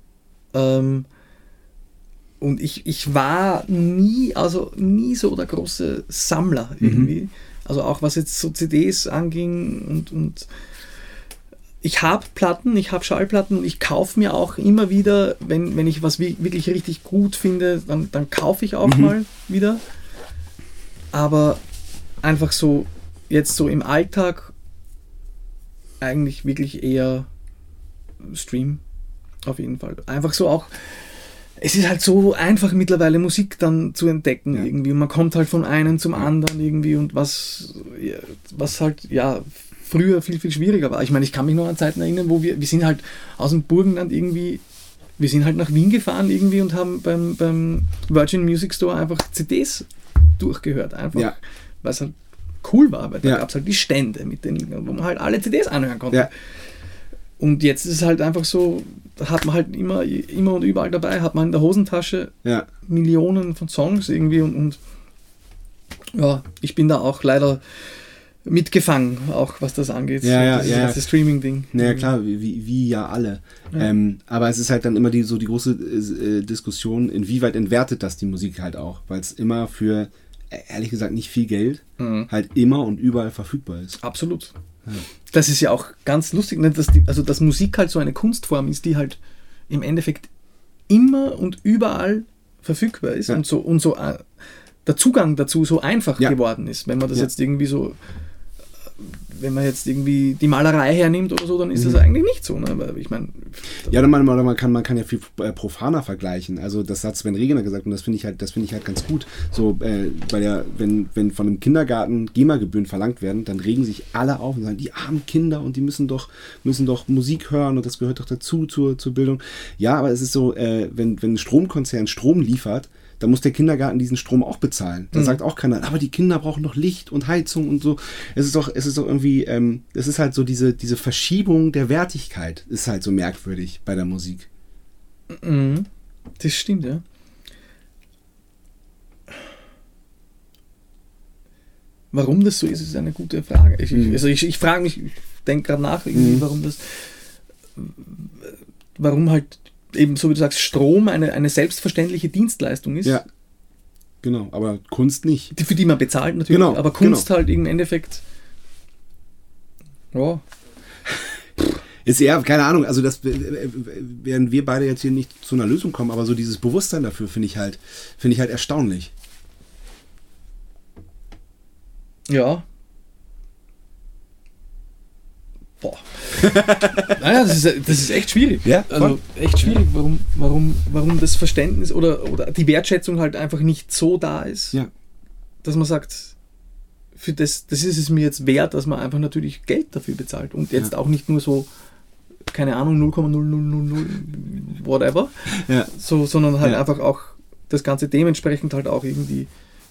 Und ich war nie so der große Sammler irgendwie. Also auch was jetzt so CDs anging und ich habe Platten, ich habe Schallplatten und ich kaufe mir auch immer wieder, wenn ich was wirklich richtig gut finde, dann kaufe ich auch mal wieder. Aber einfach so, jetzt so im Alltag eigentlich wirklich eher Stream, auf jeden Fall. Einfach so auch, es ist halt so einfach mittlerweile Musik dann zu entdecken irgendwie. Und man kommt halt von einem zum anderen irgendwie und was halt, früher viel, viel schwieriger war. Ich meine, ich kann mich noch an Zeiten erinnern, wo wir sind halt aus dem Burgenland irgendwie, wir sind halt nach Wien gefahren irgendwie und haben beim Virgin Music Store einfach CDs durchgehört. Einfach, weil es halt cool war, weil da gab es halt die Stände, wo man halt alle CDs anhören konnte. Ja. Und jetzt ist es halt einfach so, da hat man halt immer und überall dabei, hat man in der Hosentasche Millionen von Songs irgendwie und ich bin da auch leider mitgefangen, auch was das angeht. Das Streaming-Ding. Naja, klar, wie ja alle. Ja. Aber es ist halt dann immer die große Diskussion, inwieweit entwertet das die Musik halt auch, weil es immer für, ehrlich gesagt, nicht viel Geld halt immer und überall verfügbar ist. Absolut. Ja. Das ist ja auch ganz lustig, ne? Dass Musik halt so eine Kunstform ist, die halt im Endeffekt immer und überall verfügbar ist und so der Zugang dazu so einfach geworden ist. Wenn man das jetzt irgendwie so wenn man jetzt irgendwie die Malerei hernimmt oder so, dann ist das eigentlich nicht so. Ne? Aber ich meine... Ja, man kann ja viel profaner vergleichen. Also das hat Sven Regener gesagt und das finde ich halt ganz gut. So, weil ja, wenn von einem Kindergarten GEMA-Gebühren verlangt werden, dann regen sich alle auf und sagen, die armen Kinder und die müssen doch Musik hören und das gehört doch dazu zur Bildung. Ja, aber es ist so, wenn ein Stromkonzern Strom liefert, da muss der Kindergarten diesen Strom auch bezahlen. Da sagt auch keiner, aber die Kinder brauchen noch Licht und Heizung und so. Es ist doch irgendwie, es ist halt so diese Verschiebung der Wertigkeit ist halt so merkwürdig bei der Musik. Das stimmt, ja. Warum das so ist eine gute Frage. Ich frage mich, ich denke gerade nach, warum halt eben, so wie du sagst, Strom eine selbstverständliche Dienstleistung ist. Ja, genau, aber Kunst nicht. Für die man bezahlt natürlich, genau, aber Kunst halt im Endeffekt, ja. Ist eher, keine Ahnung, also das werden wir beide jetzt hier nicht zu einer Lösung kommen, aber so dieses Bewusstsein dafür finde ich halt erstaunlich. Ja. Boah. Naja, das ist echt schwierig. Ja, also echt schwierig, warum das Verständnis oder die Wertschätzung halt einfach nicht so da ist, dass man sagt, für das ist es mir jetzt wert, dass man einfach natürlich Geld dafür bezahlt und jetzt auch nicht nur so, keine Ahnung, 0,0000 whatever, so, sondern halt einfach auch das Ganze dementsprechend halt auch irgendwie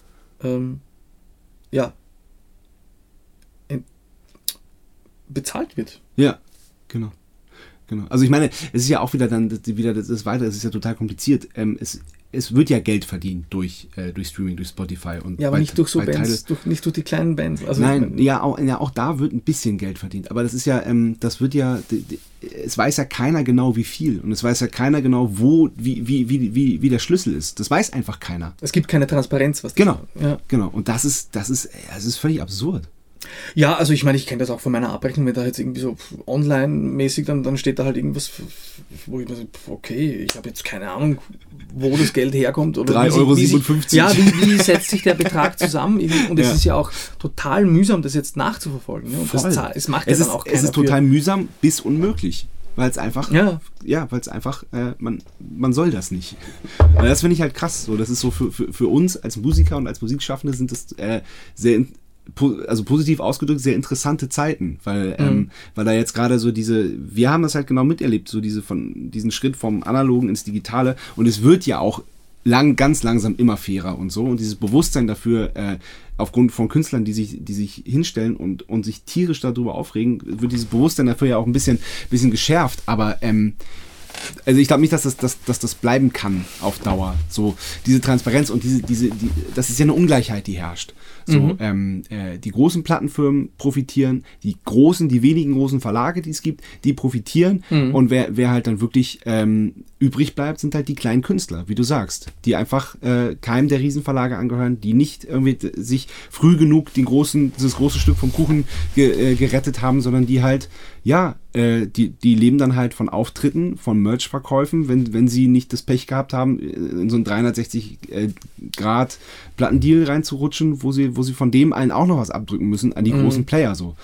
bezahlt wird. Ja, genau. Also ich meine, es ist ja auch wieder das Weiter, es ist ja total kompliziert. Es wird ja Geld verdient durch Streaming, durch Spotify und ja, aber nicht durch so Bands, nicht durch die kleinen Bands. Also nein, auch da wird ein bisschen Geld verdient. Aber das ist ja, es weiß ja keiner genau wie viel und es weiß ja keiner genau wie der Schlüssel ist. Das weiß einfach keiner. Es gibt keine Transparenz, was das genau. Und das ist völlig absurd. Ja, also ich meine, ich kenne das auch von meiner Abrechnung, wenn da jetzt irgendwie so online-mäßig, dann steht da halt irgendwas, wo ich mir so, okay, ich habe jetzt keine Ahnung, wo das Geld herkommt. Oder 3,57 €. Ja, wie setzt sich der Betrag zusammen? Und es ist ja auch total mühsam, das jetzt nachzuverfolgen. Ne? Und das macht ja dann auch keiner. Es ist total mühsam bis unmöglich. Weil es einfach, man soll das nicht. Und das finde ich halt krass. So, das ist so für uns als Musiker und als Musikschaffende sind das positiv ausgedrückt, sehr interessante Zeiten, weil da jetzt gerade so wir haben das halt genau miterlebt, so diesen Schritt vom Analogen ins Digitale und es wird ja auch ganz langsam immer fairer und so und dieses Bewusstsein dafür, aufgrund von Künstlern, die sich hinstellen und sich tierisch darüber aufregen, wird dieses Bewusstsein dafür ja auch ein bisschen geschärft, aber also ich glaube nicht, dass das bleiben kann auf Dauer. So diese Transparenz und das ist ja eine Ungleichheit, die herrscht. So die großen Plattenfirmen profitieren, die wenigen großen Verlage, die es gibt, die profitieren und wer halt dann wirklich übrig bleibt, sind halt die kleinen Künstler, wie du sagst, die einfach keinem der Riesenverlage angehören, die nicht irgendwie sich früh genug dieses große Stück vom Kuchen gerettet haben, sondern die halt die leben dann halt von Auftritten, von Merch-Verkäufen, wenn sie nicht das Pech gehabt haben, in so einen 360 % Plattendeal reinzurutschen, wo sie von dem allen auch noch was abdrücken müssen, an die großen Player so.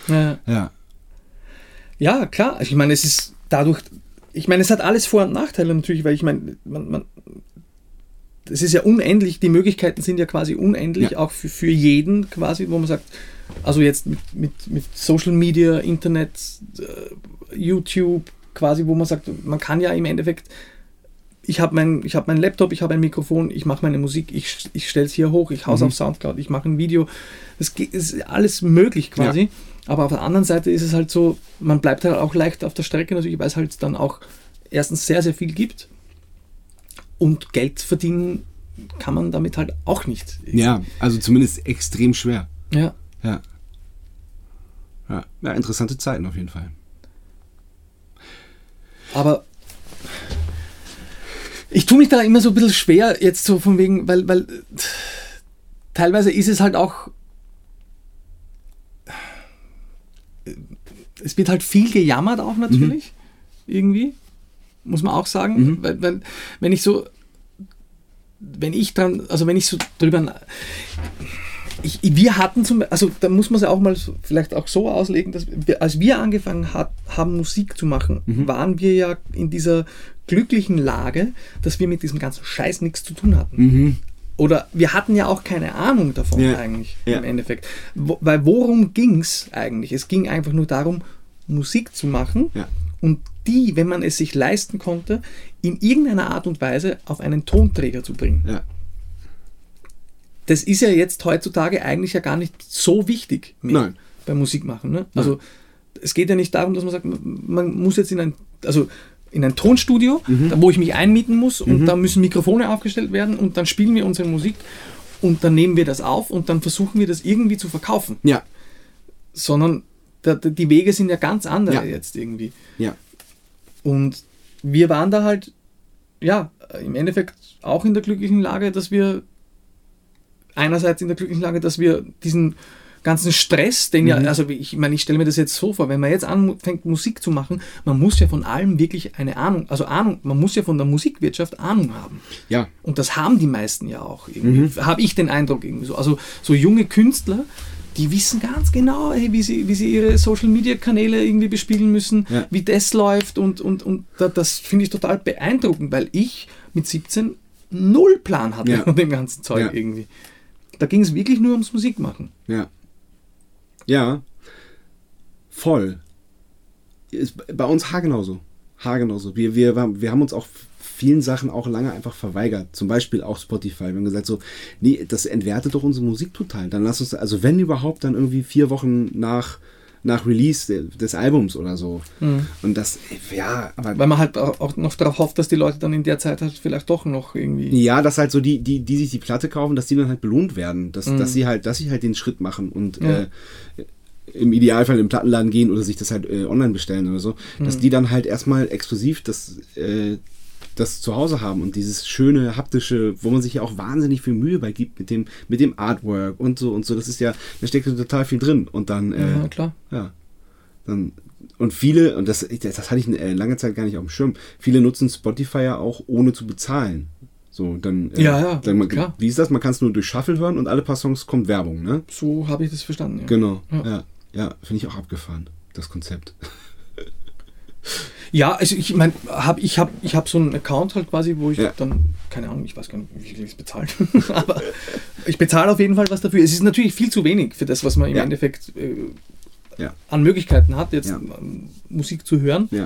Ja, klar. Ich meine, es hat alles Vor- und Nachteile natürlich, weil ich meine, es ist ja unendlich, die Möglichkeiten sind ja quasi unendlich, auch für jeden quasi, wo man sagt, also jetzt mit Social Media, Internet, YouTube quasi, wo man sagt, man kann ja im Endeffekt, ich habe meinen Laptop, ich habe ein Mikrofon, ich mache meine Musik, ich stelle es hier hoch, ich hau's auf Soundcloud, ich mache ein Video, das ist alles möglich quasi, aber auf der anderen Seite ist es halt so, man bleibt halt auch leicht auf der Strecke, natürlich, weil es halt dann auch erstens sehr, sehr viel gibt und Geld verdienen kann man damit halt auch nicht. Ja, also zumindest extrem schwer. Ja, interessante Zeiten auf jeden Fall. Aber ich tue mich da immer so ein bisschen schwer, jetzt so von wegen, weil teilweise ist es halt auch, es wird halt viel gejammert auch natürlich, irgendwie, muss man auch sagen, weil wenn ich so drüber, Wir hatten da muss man es ja auch mal vielleicht auch so auslegen, dass als wir angefangen haben, Musik zu machen, waren wir ja in dieser glücklichen Lage, dass wir mit diesem ganzen Scheiß nichts zu tun hatten. Oder wir hatten ja auch keine Ahnung davon eigentlich im Endeffekt. Weil worum ging es eigentlich? Es ging einfach nur darum, Musik zu machen und die, wenn man es sich leisten konnte, in irgendeiner Art und Weise auf einen Tonträger zu bringen. Ja. Das ist ja jetzt heutzutage eigentlich ja gar nicht so wichtig mehr beim Musikmachen. Ne? Also es geht ja nicht darum, dass man sagt, man muss jetzt in ein Tonstudio, wo ich mich einmieten muss und da müssen Mikrofone aufgestellt werden und dann spielen wir unsere Musik und dann nehmen wir das auf und dann versuchen wir das irgendwie zu verkaufen. Ja. Sondern die Wege sind ja ganz andere jetzt irgendwie. Ja. Und wir waren da halt, im Endeffekt auch in der glücklichen Lage, dass wir diesen ganzen Stress, den ich stelle mir das jetzt so vor, wenn man jetzt anfängt Musik zu machen, man muss ja von allem wirklich eine Ahnung, man muss ja von der Musikwirtschaft Ahnung haben. Ja. Und das haben die meisten ja auch irgendwie, habe ich den Eindruck irgendwie so. Also so junge Künstler, die wissen ganz genau, wie sie ihre Social-Media-Kanäle irgendwie bespielen müssen, wie das läuft und das finde ich total beeindruckend, weil ich mit 17 null Plan hatte von dem ganzen Zeug irgendwie. Da ging es wirklich nur ums Musikmachen. Ja. Ja. Voll. Ist bei uns haargenauso. Wir haben uns auch vielen Sachen auch lange einfach verweigert. Zum Beispiel auch Spotify. Wir haben gesagt so, nee, das entwertet doch unsere Musik total. Dann lass uns, also wenn überhaupt, dann irgendwie 4 Wochen nach Release des Albums oder so. Und das, aber... Weil man halt auch noch darauf hofft, dass die Leute dann in der Zeit halt vielleicht doch noch irgendwie... Ja, dass halt so die sich die Platte kaufen, dass die dann halt belohnt werden. Dass sie halt den Schritt machen und im Idealfall im Plattenladen gehen oder sich das halt online bestellen oder so. Dass die dann halt erstmal exklusiv das zu Hause haben und dieses schöne, haptische, wo man sich ja auch wahnsinnig viel Mühe bei gibt mit dem Artwork und so. Das ist ja, da steckt total viel drin. Und dann, klar. Ja. Dann, und viele, und das hatte ich lange Zeit gar nicht auf dem Schirm, viele nutzen Spotify ja auch ohne zu bezahlen. So, dann, klar. Wie ist das? Man kann es nur durch Shuffle hören und alle paar Songs kommt Werbung, ne? So habe ich das verstanden, ja. Genau, ja, finde ich auch abgefahren, das Konzept. Ja, also ich meine, ich hab so einen Account halt quasi, wo ich dann, keine Ahnung, ich weiß gar nicht, wie viel ich bezahle, aber ich bezahle auf jeden Fall was dafür. Es ist natürlich viel zu wenig für das, was man im Endeffekt an Möglichkeiten hat, jetzt Musik zu hören. Ja.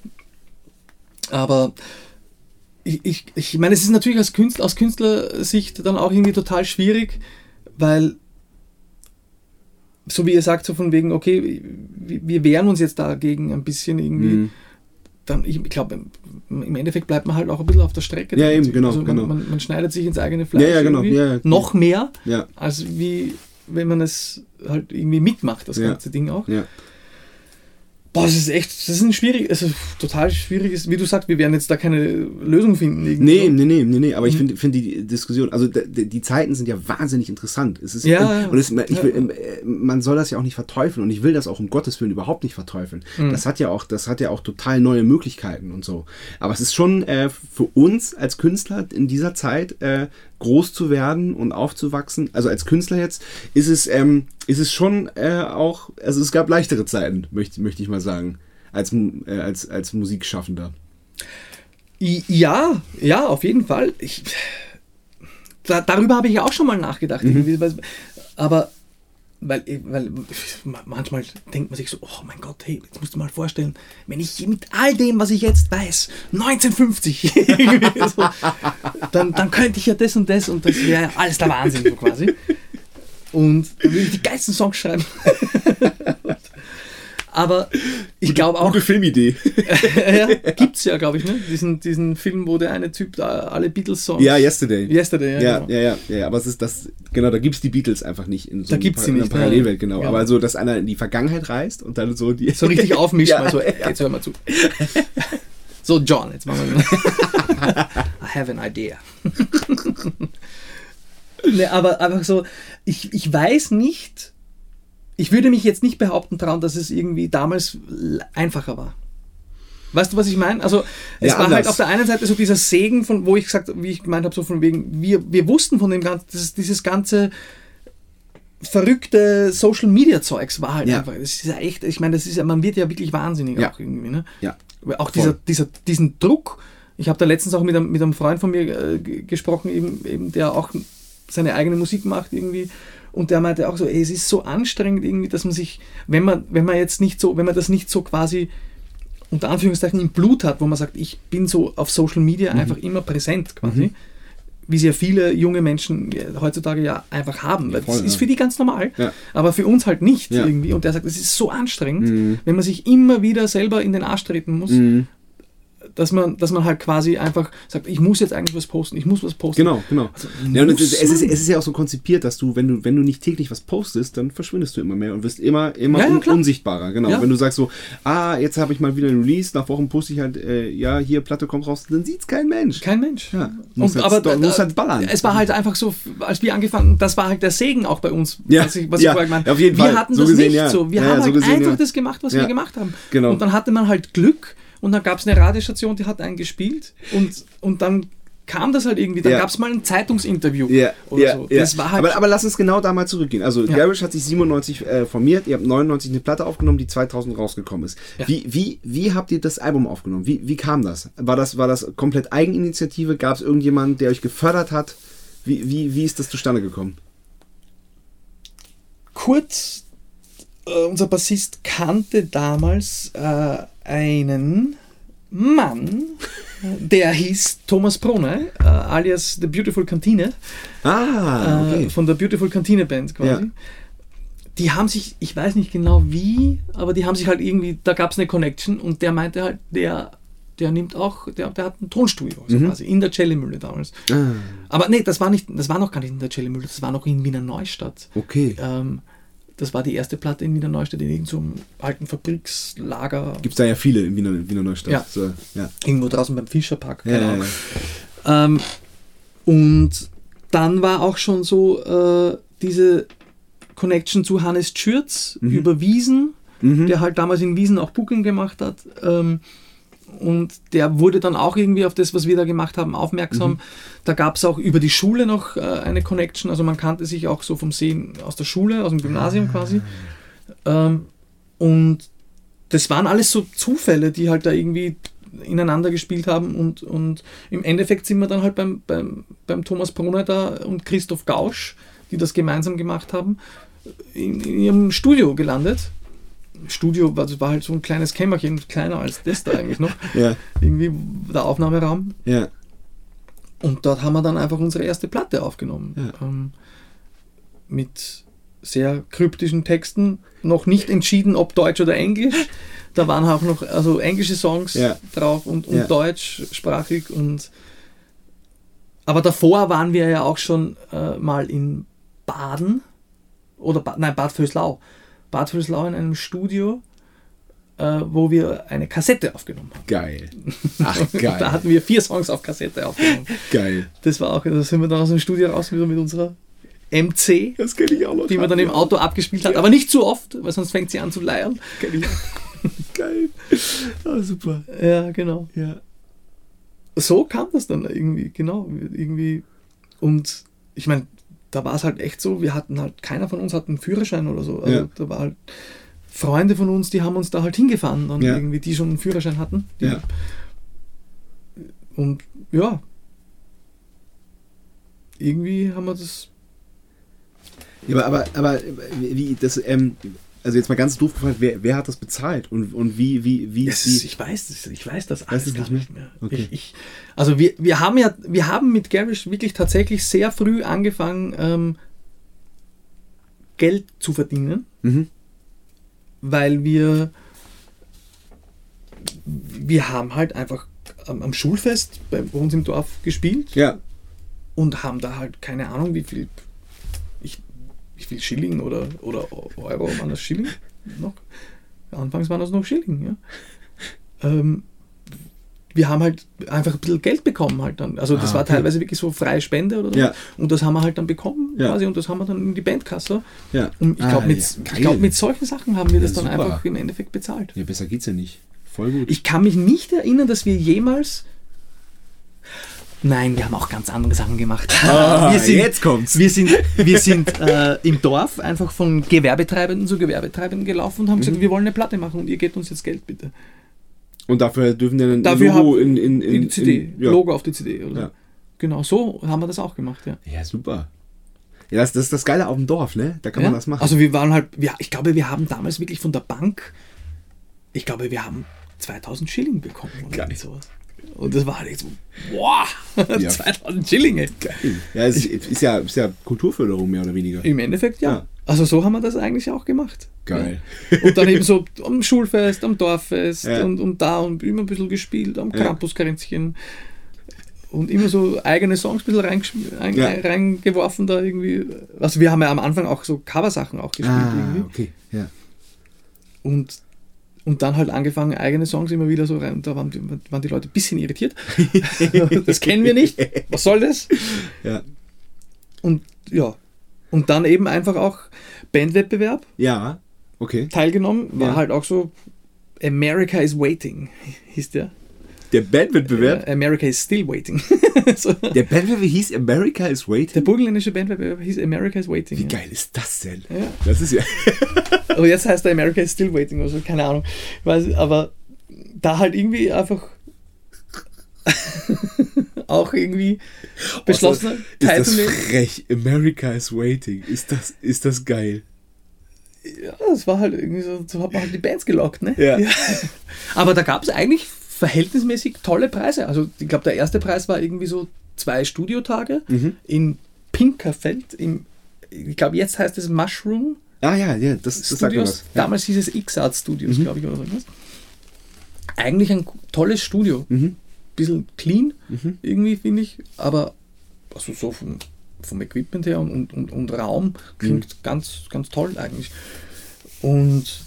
Aber ich meine, es ist natürlich aus Künstlersicht dann auch irgendwie total schwierig, weil so wie ihr sagt, so von wegen, okay, wir wehren uns jetzt dagegen ein bisschen irgendwie. Dann, ich glaube, im Endeffekt bleibt man halt auch ein bisschen auf der Strecke. Ja, eben, genau. Also man schneidet sich ins eigene Fleisch noch mehr, als wie wenn man es halt irgendwie mitmacht, das ganze Ding auch. Ja. Boah, das ist total schwierig, wie du sagst, wir werden jetzt da keine Lösung finden. Nee, aber ich finde die Diskussion, also die Zeiten sind ja wahnsinnig interessant. Es ist, man soll das ja auch nicht verteufeln und ich will das auch um Gottes Willen überhaupt nicht verteufeln. Das hat ja auch total neue Möglichkeiten und so. Aber es ist schon für uns als Künstler in dieser Zeit groß zu werden und aufzuwachsen, also als Künstler jetzt, ist es schon auch, also es gab leichtere Zeiten, möchte ich mal sagen, als Musikschaffender. Ja, auf jeden Fall. Darüber habe ich ja auch schon mal nachgedacht. Aber weil manchmal denkt man sich so, oh mein Gott, hey, jetzt musst du mal vorstellen, wenn ich mit all dem, was ich jetzt weiß, 1950 so, dann könnte ich ja das und das wäre alles der Wahnsinn so quasi. Und dann würde ich die geilsten Songs schreiben. Aber ich glaube auch... Gute Filmidee. Gibt's ja, glaube ich, ne? Diesen Film, wo der eine Typ da alle Beatles-Songs... Ja, Yesterday, ja. Ja, aber es ist das... Genau, da gibt's die Beatles einfach nicht in so einer Parallelwelt, genau. Aber so, dass einer in die Vergangenheit reist und dann so die... So richtig aufmischt, mal so, jetzt hör mal zu. So, John, jetzt machen wir... I have an idea. Ne, aber einfach so, ich weiß nicht... Ich würde mich jetzt nicht behaupten trauen, dass es irgendwie damals einfacher war. Weißt du, was ich meine? Also es war halt auf der einen Seite so dieser Segen, von wie ich gemeint habe, so von wegen, wir wussten von dem ganzen, dieses ganze verrückte Social-Media-Zeugs war halt einfach, das ist ja echt, ich meine, man wird ja wirklich wahnsinnig auch irgendwie, ne? Ja. Auch diesen Druck, ich habe da letztens auch mit einem Freund von mir gesprochen, eben der auch seine eigene Musik macht irgendwie, und der meinte auch so, es ist so anstrengend irgendwie, dass man sich, wenn man das nicht so quasi unter Anführungszeichen im Blut hat, wo man sagt, ich bin so auf Social Media einfach immer präsent quasi, wie sie ja viele junge Menschen heutzutage ja einfach haben. Weil das ist für die ganz normal, aber für uns halt nicht irgendwie. Und der sagt, es ist so anstrengend, wenn man sich immer wieder selber in den Arsch treten muss, dass man halt quasi einfach sagt, ich muss jetzt eigentlich was posten, ich muss was posten. Genau. Also, und es ist ja auch so konzipiert, dass du, wenn du nicht täglich was postest, dann verschwindest du immer mehr und wirst immer unsichtbarer. Genau. Ja. Wenn du sagst so, jetzt habe ich mal wieder ein Release, nach Wochen poste ich halt, hier, Platte kommt raus, dann sieht es kein Mensch. Kein Mensch. Ja. Muss halt ballern. Es war halt einfach so, als wir angefangen, das war halt der Segen auch bei uns, was ich vorher gemeint habe. Auf jeden Fall. Wir hatten das nicht so. Wir haben halt einfach das gemacht, was wir gemacht haben. Genau. Und dann hatte man halt Glück. Und dann gab es eine Radiostation, die hat einen gespielt und dann kam das halt irgendwie, dann gab es mal ein Zeitungsinterview oder so. Das war halt aber lass uns genau da mal zurückgehen. Also Garish hat sich 97 formiert, ihr habt 99 eine Platte aufgenommen, die 2000 rausgekommen ist. Ja. Wie habt ihr das Album aufgenommen? Wie kam das? War das komplett Eigeninitiative? Gab es irgendjemanden, der euch gefördert hat? Wie ist das zustande gekommen? Kurz, unser Bassist kannte damals einen Mann, der hieß Thomas Brune, alias The Beautiful Kantine. Okay. Von der Beautiful Kantine Band quasi. Ja. Die haben sich, ich weiß nicht genau wie, aber die haben sich halt irgendwie, da gab es eine Connection und der meinte halt, der hat ein Tonstudio, so quasi, in der Cellemühle damals. Aber nee, das war noch gar nicht in der Cellemühle, das war noch in Wiener Neustadt. Okay. Das war die erste Platte in Wiener Neustadt, in irgendeinem alten Fabrikslager. Gibt es da ja viele in Wiener Neustadt. Ja. So, irgendwo draußen beim Fischerpark. Und dann war auch schon so diese Connection zu Hannes Schürz über Wiesen, der halt damals in Wiesen auch Booking gemacht hat. Und der wurde dann auch irgendwie auf das, was wir da gemacht haben, aufmerksam. Da gab es auch über die Schule noch eine Connection, also man kannte sich auch so vom Sehen aus der Schule, aus dem Gymnasium quasi. Und das waren alles so Zufälle, die halt da irgendwie ineinander gespielt haben und im Endeffekt sind wir dann halt beim Thomas Brunner da und Christoph Gausch, die das gemeinsam gemacht haben, in ihrem Studio gelandet. Studio, das war halt so ein kleines Kämmerchen, kleiner als das da eigentlich noch. Irgendwie der Aufnahmeraum. Ja. Und dort haben wir dann einfach unsere erste Platte aufgenommen. Mit sehr kryptischen Texten. Noch nicht entschieden, ob Deutsch oder Englisch. Da waren auch noch englische Songs drauf und deutschsprachig. Aber davor waren wir ja auch schon mal in Baden. Bad Vöslau. Bad Vöslau in einem Studio, wo wir eine Kassette aufgenommen haben. Geil. Ach, geil. Da hatten wir 4 Songs auf Kassette aufgenommen. Geil. Das war auch, da sind wir dann aus dem Studio raus mit unserer MC, das kenn ich auch noch, die man dann im Auto abgespielt hat, aber nicht zu oft, weil sonst fängt sie an zu leiern. Kenn ich auch. Geil. Super. Ja, genau. Ja. So kam das dann irgendwie, genau. Und ich meine, da war es halt echt so, wir hatten halt, keiner von uns hat einen Führerschein oder so. Also da war halt Freunde von uns, die haben uns da halt hingefahren, dann irgendwie, die schon einen Führerschein hatten. Und irgendwie haben wir das. Ja, aber wie das, also jetzt mal ganz doof gefragt, wer hat das bezahlt und wie ich weiß das alles gar nicht mehr. Okay. Also wir haben mit Garish wirklich tatsächlich sehr früh angefangen, Geld zu verdienen, weil wir haben halt einfach am Schulfest bei uns im Dorf gespielt und haben da halt keine Ahnung, wie viel Schilling oder Euro waren das Schilling noch? Anfangs waren das noch Schilling, wir haben halt einfach ein bisschen Geld bekommen halt dann. Also das war teilweise wirklich so freie Spende oder so. Und das haben wir halt dann bekommen quasi und das haben wir dann in die Bandkasse. Und ich glaube, mit solchen Sachen haben wir das dann super einfach im Endeffekt bezahlt. Ja, besser geht's ja nicht. Voll gut. Ich kann mich nicht erinnern, dass wir jemals... Nein, wir haben auch ganz andere Sachen gemacht. Jetzt kommt's. Wir sind im Dorf einfach von Gewerbetreibenden zu Gewerbetreibenden gelaufen und haben gesagt, wir wollen eine Platte machen und ihr gebt uns jetzt Geld, bitte. Und dafür dürfen wir ein Logo in die CD, Logo auf die CD. Oder? Ja. Genau, so haben wir das auch gemacht, ja. Ja, super. Ja, das ist das Geile auf dem Dorf, ne? Da kann man das machen. Also wir waren halt, ich glaube, wir haben damals wirklich von der Bank, wir haben 2000 Schilling bekommen oder sowas. Und das war halt echt so, wow, 2000 Schillinge. Geil. Ja, es ist ja Kulturförderung mehr oder weniger. Im Endeffekt ja. Also so haben wir das eigentlich auch gemacht. Geil. Ja. Und dann eben so am Schulfest, am Dorffest und da und immer ein bisschen gespielt, am Krampuskränzchen. Und immer so eigene Songs ein bisschen reingeworfen da irgendwie. Also wir haben ja am Anfang auch so Coversachen auch gespielt irgendwie. Okay, ja. Und dann halt angefangen, eigene Songs immer wieder so rein. Da waren die Leute ein bisschen irritiert. Das kennen wir nicht. Was soll das? Ja. Und dann eben einfach auch Bandwettbewerb. Ja, okay. Teilgenommen. War halt auch so America is Waiting, hieß der. Der Bandwettbewerb? America is Still Waiting. So. Der Bandwettbewerb hieß America is Waiting? Der burgenländische Bandwettbewerb hieß America is Waiting. Wie geil ist das denn? Ja. Das ist ja... Aber jetzt heißt der America is Still Waiting, also keine Ahnung. Aber da halt irgendwie einfach auch irgendwie beschlossen teilzunehmen. Ist das frech? America is Waiting. Ist das geil? Ja, das war halt irgendwie so hat man halt die Bands gelockt, ne? Ja. Aber da gab es eigentlich verhältnismäßig tolle Preise. Also ich glaube, der erste Preis war irgendwie so 2 Studiotage in Pinkerfeld. Ich glaube, jetzt heißt es Mushroom. Ah ja, das sagt mir was. Ja. Damals hieß es X-Art Studios, glaube ich, oder so. Eigentlich ein tolles Studio. Bisschen clean, irgendwie, finde ich. Aber also so vom Equipment her und Raum klingt ganz, ganz toll eigentlich. Und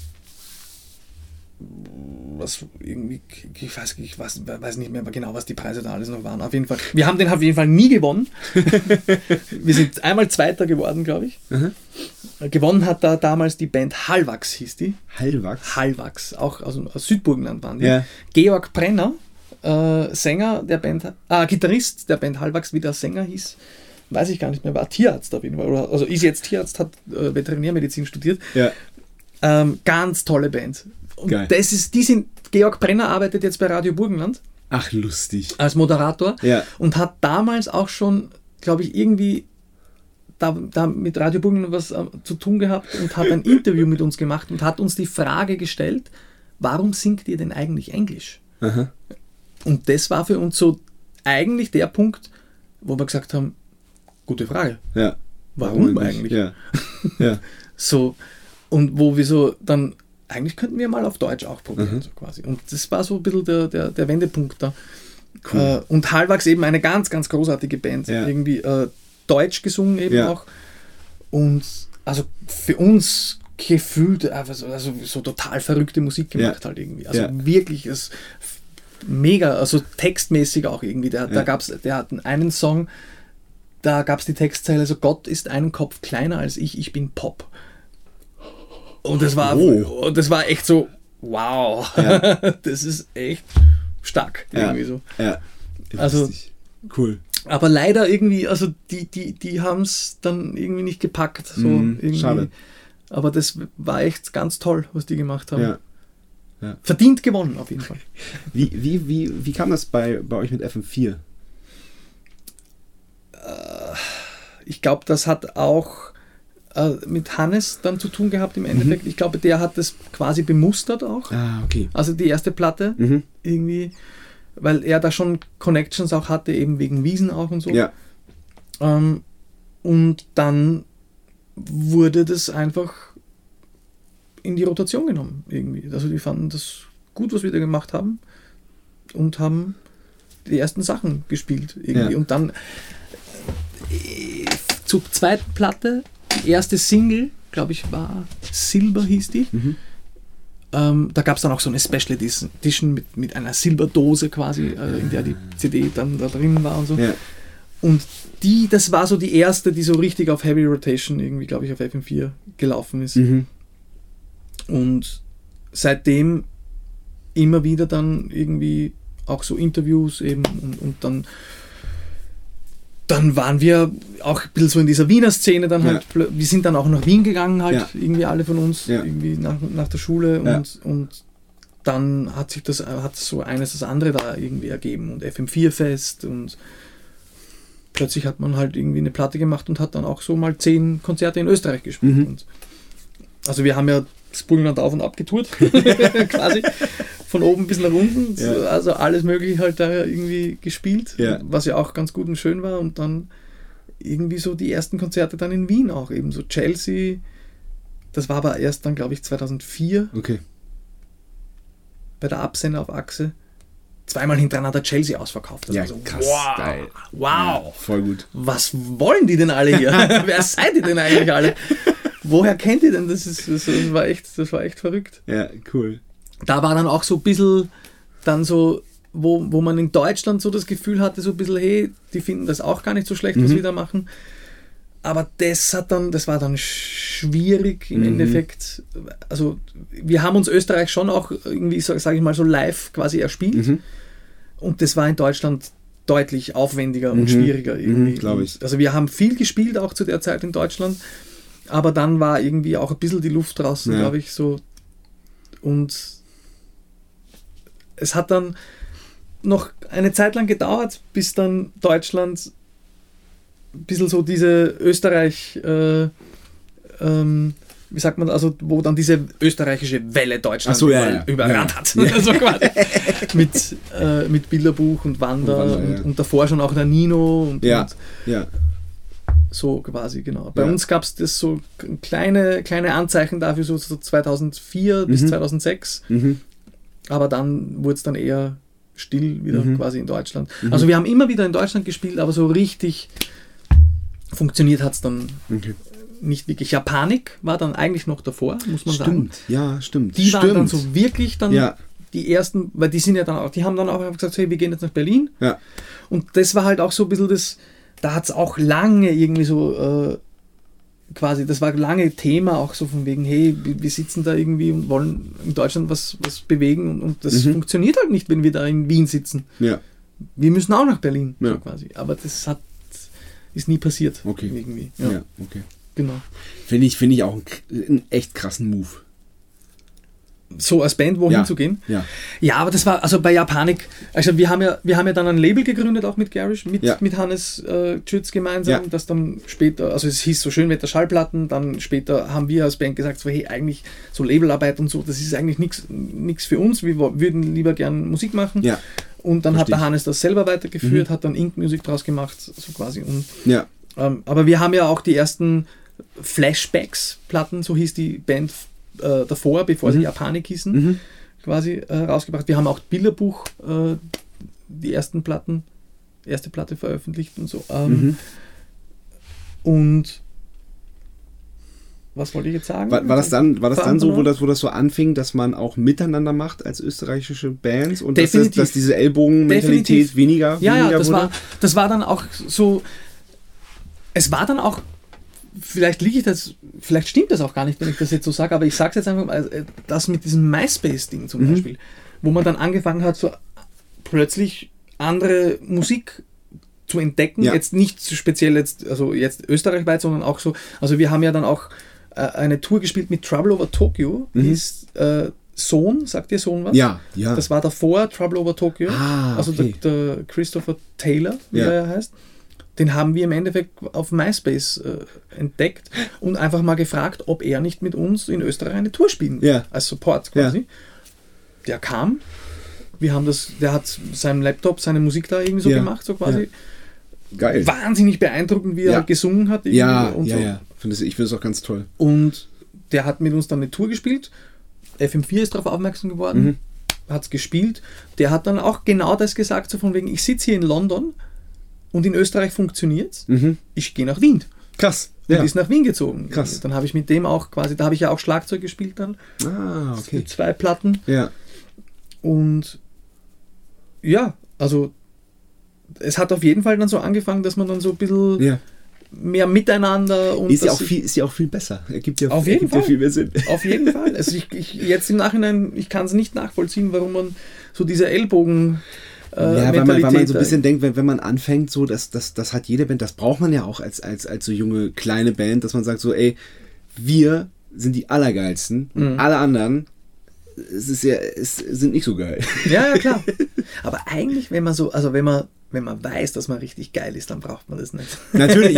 was irgendwie, ich weiß nicht mehr genau, was die Preise da alles noch waren. Auf jeden Fall. Wir haben den auf jeden Fall nie gewonnen. Wir sind einmal Zweiter geworden, glaube ich. Gewonnen hat da damals die Band Hallwachs, hieß die. Hallwachs, auch aus Südburgenland waren die. Ja. Georg Brenner, Sänger der Band, Gitarrist der Band Hallwachs, wie der Sänger hieß, weiß ich gar nicht mehr, war Tierarzt auf jeden Fall. Also ist jetzt Tierarzt, hat Veterinärmedizin studiert. Ja. Ganz tolle Band. Und Georg Brenner arbeitet jetzt bei Radio Burgenland. Ach, lustig. Als Moderator. Ja. Und hat damals auch schon, glaube ich, irgendwie da mit Radio Burgenland was zu tun gehabt und hat ein Interview mit uns gemacht und hat uns die Frage gestellt, warum singt ihr denn eigentlich Englisch? Aha. Und das war für uns so eigentlich der Punkt, wo wir gesagt haben, gute Frage. Ja. Warum eigentlich? Ja. Ja. So, und wo wir so dann, eigentlich könnten wir mal auf Deutsch auch probieren, so quasi. Und das war so ein bisschen der Wendepunkt da. Cool. Und Hallwachs eben eine ganz, ganz großartige Band. Ja. Irgendwie Deutsch gesungen eben auch. Und also für uns gefühlt also so total verrückte Musik gemacht halt irgendwie. Also wirklich mega, also textmäßig auch irgendwie. Der hat einen Song, da gab es die Textzeile, also Gott ist einen Kopf kleiner als ich bin Pop. Und das war echt so, wow, das ist echt stark irgendwie so. Ja. Also cool. Aber leider irgendwie, also die haben es dann irgendwie nicht gepackt. So irgendwie. Schade. Aber das war echt ganz toll, was die gemacht haben. Ja. Verdient gewonnen, auf jeden Fall. Wie kam das bei euch mit FM4? Ich glaube, das hat auch mit Hannes dann zu tun gehabt im Endeffekt. Ich glaube, der hat das quasi bemustert auch. Okay. Also die erste Platte irgendwie, weil er da schon Connections auch hatte, eben wegen Wiesen auch und so. Ja. Und dann wurde das einfach in die Rotation genommen irgendwie. Also die fanden das gut, was wir da gemacht haben und haben die ersten Sachen gespielt irgendwie. Und dann zur zweiten Platte, die erste Single, glaube ich, war Silber, hieß die. Da gab es dann auch so eine Special Edition mit einer Silberdose quasi, in der die CD dann da drin war und so. Ja. Und das war so die erste, die so richtig auf Heavy Rotation irgendwie, glaube ich, auf FM4 gelaufen ist. Und seitdem immer wieder dann irgendwie auch so Interviews eben und dann dann waren wir auch ein bisschen so in dieser Wiener Szene dann halt, wir sind dann auch nach Wien gegangen halt, irgendwie alle von uns, irgendwie nach der Schule und dann hat so eines das andere da irgendwie ergeben und FM4-Fest und plötzlich hat man halt irgendwie eine Platte gemacht und hat dann auch so mal 10 Konzerte in Österreich gespielt. Und also wir haben ja das Burgenland auf und ab getourt, quasi, von oben bis nach unten, also alles mögliche halt da irgendwie gespielt, was ja auch ganz gut und schön war und dann irgendwie so die ersten Konzerte dann in Wien auch, eben so Chelsea, das war aber erst dann, glaube ich, 2004. Okay. Bei der Absender auf Achse 2-mal hintereinander Chelsea ausverkauft. Das ja, war so, krass, wow, geil. Wow. Ja, voll gut. Was wollen die denn alle hier? Wer seid ihr denn eigentlich alle? Woher kennt ihr denn? Das war echt verrückt. Ja, cool. Da war dann auch so ein bisschen dann so, wo man in Deutschland so das Gefühl hatte, so ein bisschen, hey, die finden das auch gar nicht so schlecht, was wir da machen. Aber das war dann schwierig im Endeffekt. Also wir haben uns Österreich schon auch irgendwie, sage ich mal, so live quasi erspielt. Und das war in Deutschland deutlich aufwendiger und schwieriger irgendwie. Glaube ich. Also wir haben viel gespielt auch zu der Zeit in Deutschland, aber dann war irgendwie auch ein bisschen die Luft draußen, glaube ich, so. Und es hat dann noch eine Zeit lang gedauert, bis dann Deutschland ein bisschen so diese Österreich, wie sagt man, also wo dann diese österreichische Welle Deutschland überrannt hat. Also quasi mit Bilderbuch und Wander und davor schon auch der Nino und so quasi, genau. Bei uns gab es das so kleine Anzeichen dafür, so 2004 bis 2006, aber dann wurde es dann eher still wieder quasi in Deutschland. Also wir haben immer wieder in Deutschland gespielt, aber so richtig funktioniert hat es dann nicht wirklich. Japanik war dann eigentlich noch davor, muss man sagen. Ja, stimmt. Die waren dann so wirklich dann die ersten, weil die sind ja dann auch, die haben dann auch gesagt, hey, wir gehen jetzt nach Berlin. Ja. Und das war halt auch so ein bisschen das, da hat es auch lange irgendwie so quasi, das war lange Thema, auch so von wegen, hey, wir sitzen da irgendwie und wollen in Deutschland was bewegen und das funktioniert halt nicht, wenn wir da in Wien sitzen. Ja. Wir müssen auch nach Berlin, so quasi. Aber das ist nie passiert. Okay. Irgendwie. Ja, okay. Genau. Finde ich auch einen echt krassen Move. So als Band wohin zu gehen? Ja. Ja, aber das war, also bei Japanik, also wir haben ja dann ein Label gegründet, auch mit Garish, mit Hannes Tschütz gemeinsam, das dann später, also es hieß so Schönwetter Schallplatten, dann später haben wir als Band gesagt, so hey, eigentlich so Labelarbeit und so, das ist eigentlich nichts für uns, wir würden lieber gern Musik machen. Ja. Und dann hat der Hannes das selber weitergeführt, hat dann Ink Music draus gemacht, so quasi. Und, aber wir haben ja auch die ersten Flashbacks-Platten, so hieß die Band davor, bevor sie Japanik hießen, quasi rausgebracht. Wir haben auch Bilderbuch, die erste Platte veröffentlicht und so. Und was wollte ich jetzt sagen? War das dann so, wo das so anfing, dass man auch miteinander macht als österreichische Bands und dass diese Ellbogenmentalität weniger wurde? Das war dann auch so, es war dann auch, vielleicht stimmt das auch gar nicht, wenn ich das jetzt so sage, aber ich sage es jetzt einfach mal, das mit diesem MySpace-Ding zum Beispiel, wo man dann angefangen hat, so plötzlich andere Musik zu entdecken, jetzt nicht speziell jetzt österreichweit, sondern auch so, also wir haben ja dann auch eine Tour gespielt mit Trouble Over Tokyo, die ist Sohn, sagt ihr Sohn was? Ja. Das war davor Trouble Over Tokyo, also der Christopher Taylor, wie er heißt. Den haben wir im Endeffekt auf MySpace entdeckt und einfach mal gefragt, ob er nicht mit uns in Österreich eine Tour spielen will, als Support quasi. Ja. Der kam, der hat seinem Laptop seine Musik da irgendwie so gemacht, so quasi. Ja. Geil. Wahnsinnig beeindruckend, wie er gesungen hat. Ich finde es auch ganz toll. Und der hat mit uns dann eine Tour gespielt. FM4 ist darauf aufmerksam geworden, hat es gespielt. Der hat dann auch genau das gesagt, so von wegen, ich sitze hier in London und in Österreich funktioniert es. Ich gehe nach Wien. Krass. Und ist nach Wien gezogen. Krass. Dann habe ich mit dem auch quasi, da habe ich ja auch Schlagzeug gespielt dann. Ah, okay. Mit 2 Platten. Ja. Und ja, also es hat auf jeden Fall dann so angefangen, dass man dann so ein bisschen mehr miteinander und ist ja auch viel besser. Ergibt ja viel mehr Sinn. Auf jeden Fall. Also ich jetzt im Nachhinein, ich kann es nicht nachvollziehen, warum man so diese Ellbogen weil man so ein bisschen denkt, wenn man anfängt, so, das hat jede Band, das braucht man ja auch als so junge, kleine Band, dass man sagt so, ey, wir sind die Allergeilsten und alle anderen sind nicht so geil. Ja, klar. Aber eigentlich, wenn man weiß, dass man richtig geil ist, dann braucht man das nicht. Natürlich.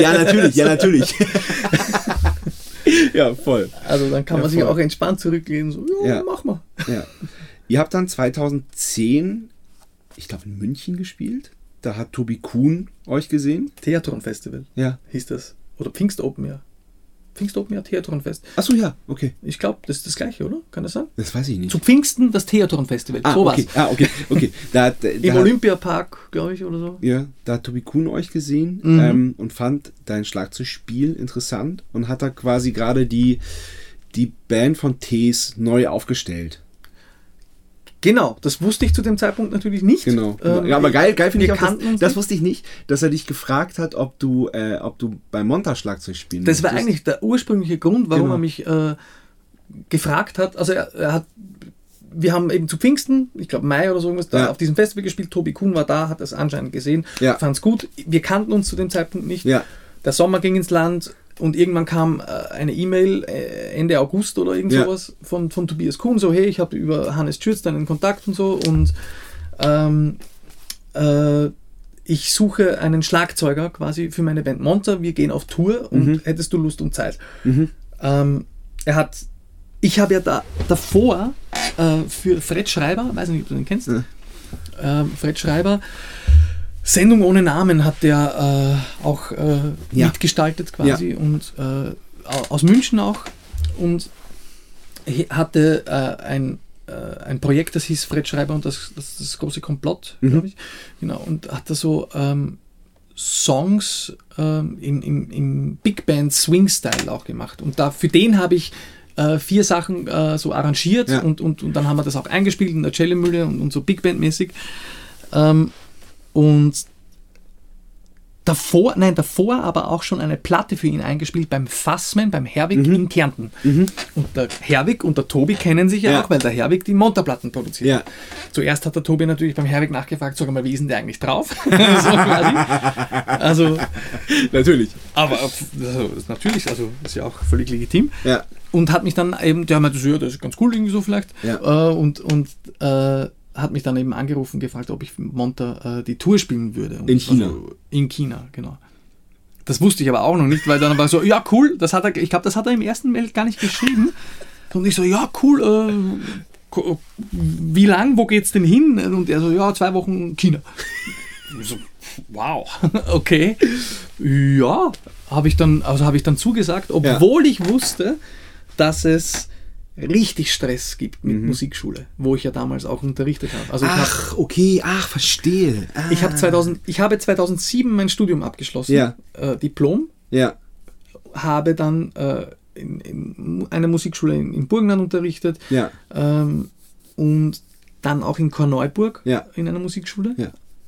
Ja, voll. Also dann kann man sich auch entspannt zurücklehnen, so, mach mal. Ja. Ihr habt dann 2010, ich glaube in München gespielt, da hat Tobi Kuhn euch gesehen. Theatron Festival hieß das. Oder Pfingst Open Air. Pfingst Open Air Theatron Fest. Achso, ja, okay. Ich glaube, das ist das Gleiche, oder? Kann das sein? Das weiß ich nicht. Zu Pfingsten das Theatron Festival. Sowas. Okay. Im Olympiapark, glaube ich, oder so. Ja, da hat Tobi Kuhn euch gesehen und fand dein Schlagzeugspiel interessant und hat da quasi gerade die Band von Tees neu aufgestellt. Genau, das wusste ich zu dem Zeitpunkt natürlich nicht. Genau. Aber geil finde ich auch, das wusste ich nicht, dass er dich gefragt hat, ob du beim Monta Schlagzeug spielen möchtest. Das war eigentlich der ursprüngliche Grund, warum er mich gefragt hat. Also wir haben eben zu Pfingsten, ich glaube Mai oder so irgendwas, da auf diesem Festival gespielt. Tobi Kuhn war da, hat das anscheinend gesehen, fand es gut. Wir kannten uns zu dem Zeitpunkt nicht. Ja. Der Sommer ging ins Land. Und irgendwann kam eine E-Mail Ende August oder irgend sowas von Tobias Kuhn, so hey, ich habe über Hannes Schürz deinen Kontakt und so und ich suche einen Schlagzeuger quasi für meine Band Monta, wir gehen auf Tour und hättest du Lust und Zeit? Ich habe ja davor für Fred Schreiber, weiß nicht, ob du den kennst, Fred Schreiber, Sendung ohne Namen hat der auch mitgestaltet quasi und aus München auch und hatte ein Projekt, das hieß Fred Schreiber und das große Komplott, glaube ich. Genau, und hat da so Songs im Big Band Swing Style auch gemacht und für den habe ich 4 Sachen so arrangiert und dann haben wir das auch eingespielt in der Cellemühle und so Big Band mäßig. Und davor aber auch schon eine Platte für ihn eingespielt beim Fassmann, beim Herwig in Kärnten. Und der Herwig und der Tobi kennen sich ja auch, weil der Herwig die Monta-Platten produziert. Ja. Zuerst hat der Tobi natürlich beim Herwig nachgefragt, sag mal, wie ist denn der eigentlich drauf? So quasi. Also, natürlich. Aber natürlich, also ist ja auch völlig legitim. Ja. Und hat mich dann eben, der meinte so, ja, das ist ganz cool irgendwie so vielleicht. Ja. Hat mich dann eben angerufen, gefragt, ob ich Monta die Tour spielen würde. Und in China? Also in China, genau. Das wusste ich aber auch noch nicht, weil dann war so, ja cool, ich glaube, das hat er im ersten Mail gar nicht geschrieben. Und ich so, ja cool, wie lang, wo geht's denn hin? Und er so, ja, 2 Wochen China. Und ich so, wow, okay. Ja, habe ich dann zugesagt, obwohl ich wusste, dass es richtig Stress gibt mit Musikschule, wo ich ja damals auch unterrichtet habe. Also verstehe. Ich habe 2007 mein Studium abgeschlossen, Diplom, habe dann in einer Musikschule in Burgenland unterrichtet und dann auch in Korneuburg in einer Musikschule.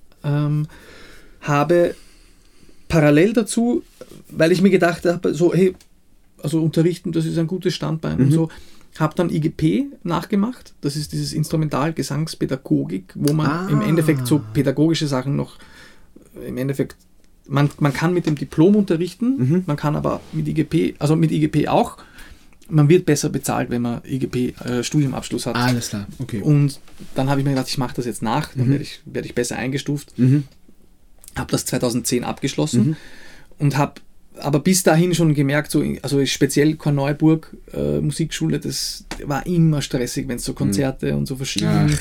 Habe parallel dazu, weil ich mir gedacht habe, so hey, also unterrichten, das ist ein gutes Standbein und so, habe dann IGP nachgemacht. Das ist dieses Instrumental-Gesangspädagogik, wo man im Endeffekt so pädagogische Sachen noch, im Endeffekt, man kann mit dem Diplom unterrichten, man kann aber mit IGP auch, man wird besser bezahlt, wenn man IGP-Studiumabschluss hat. Alles klar, okay. Und dann habe ich mir gedacht, ich mache das jetzt nach, dann werde ich besser eingestuft. Habe das 2010 abgeschlossen und habe aber bis dahin schon gemerkt, also speziell Korneuburg Musikschule, das war immer stressig, wenn es so Konzerte und so verschieden.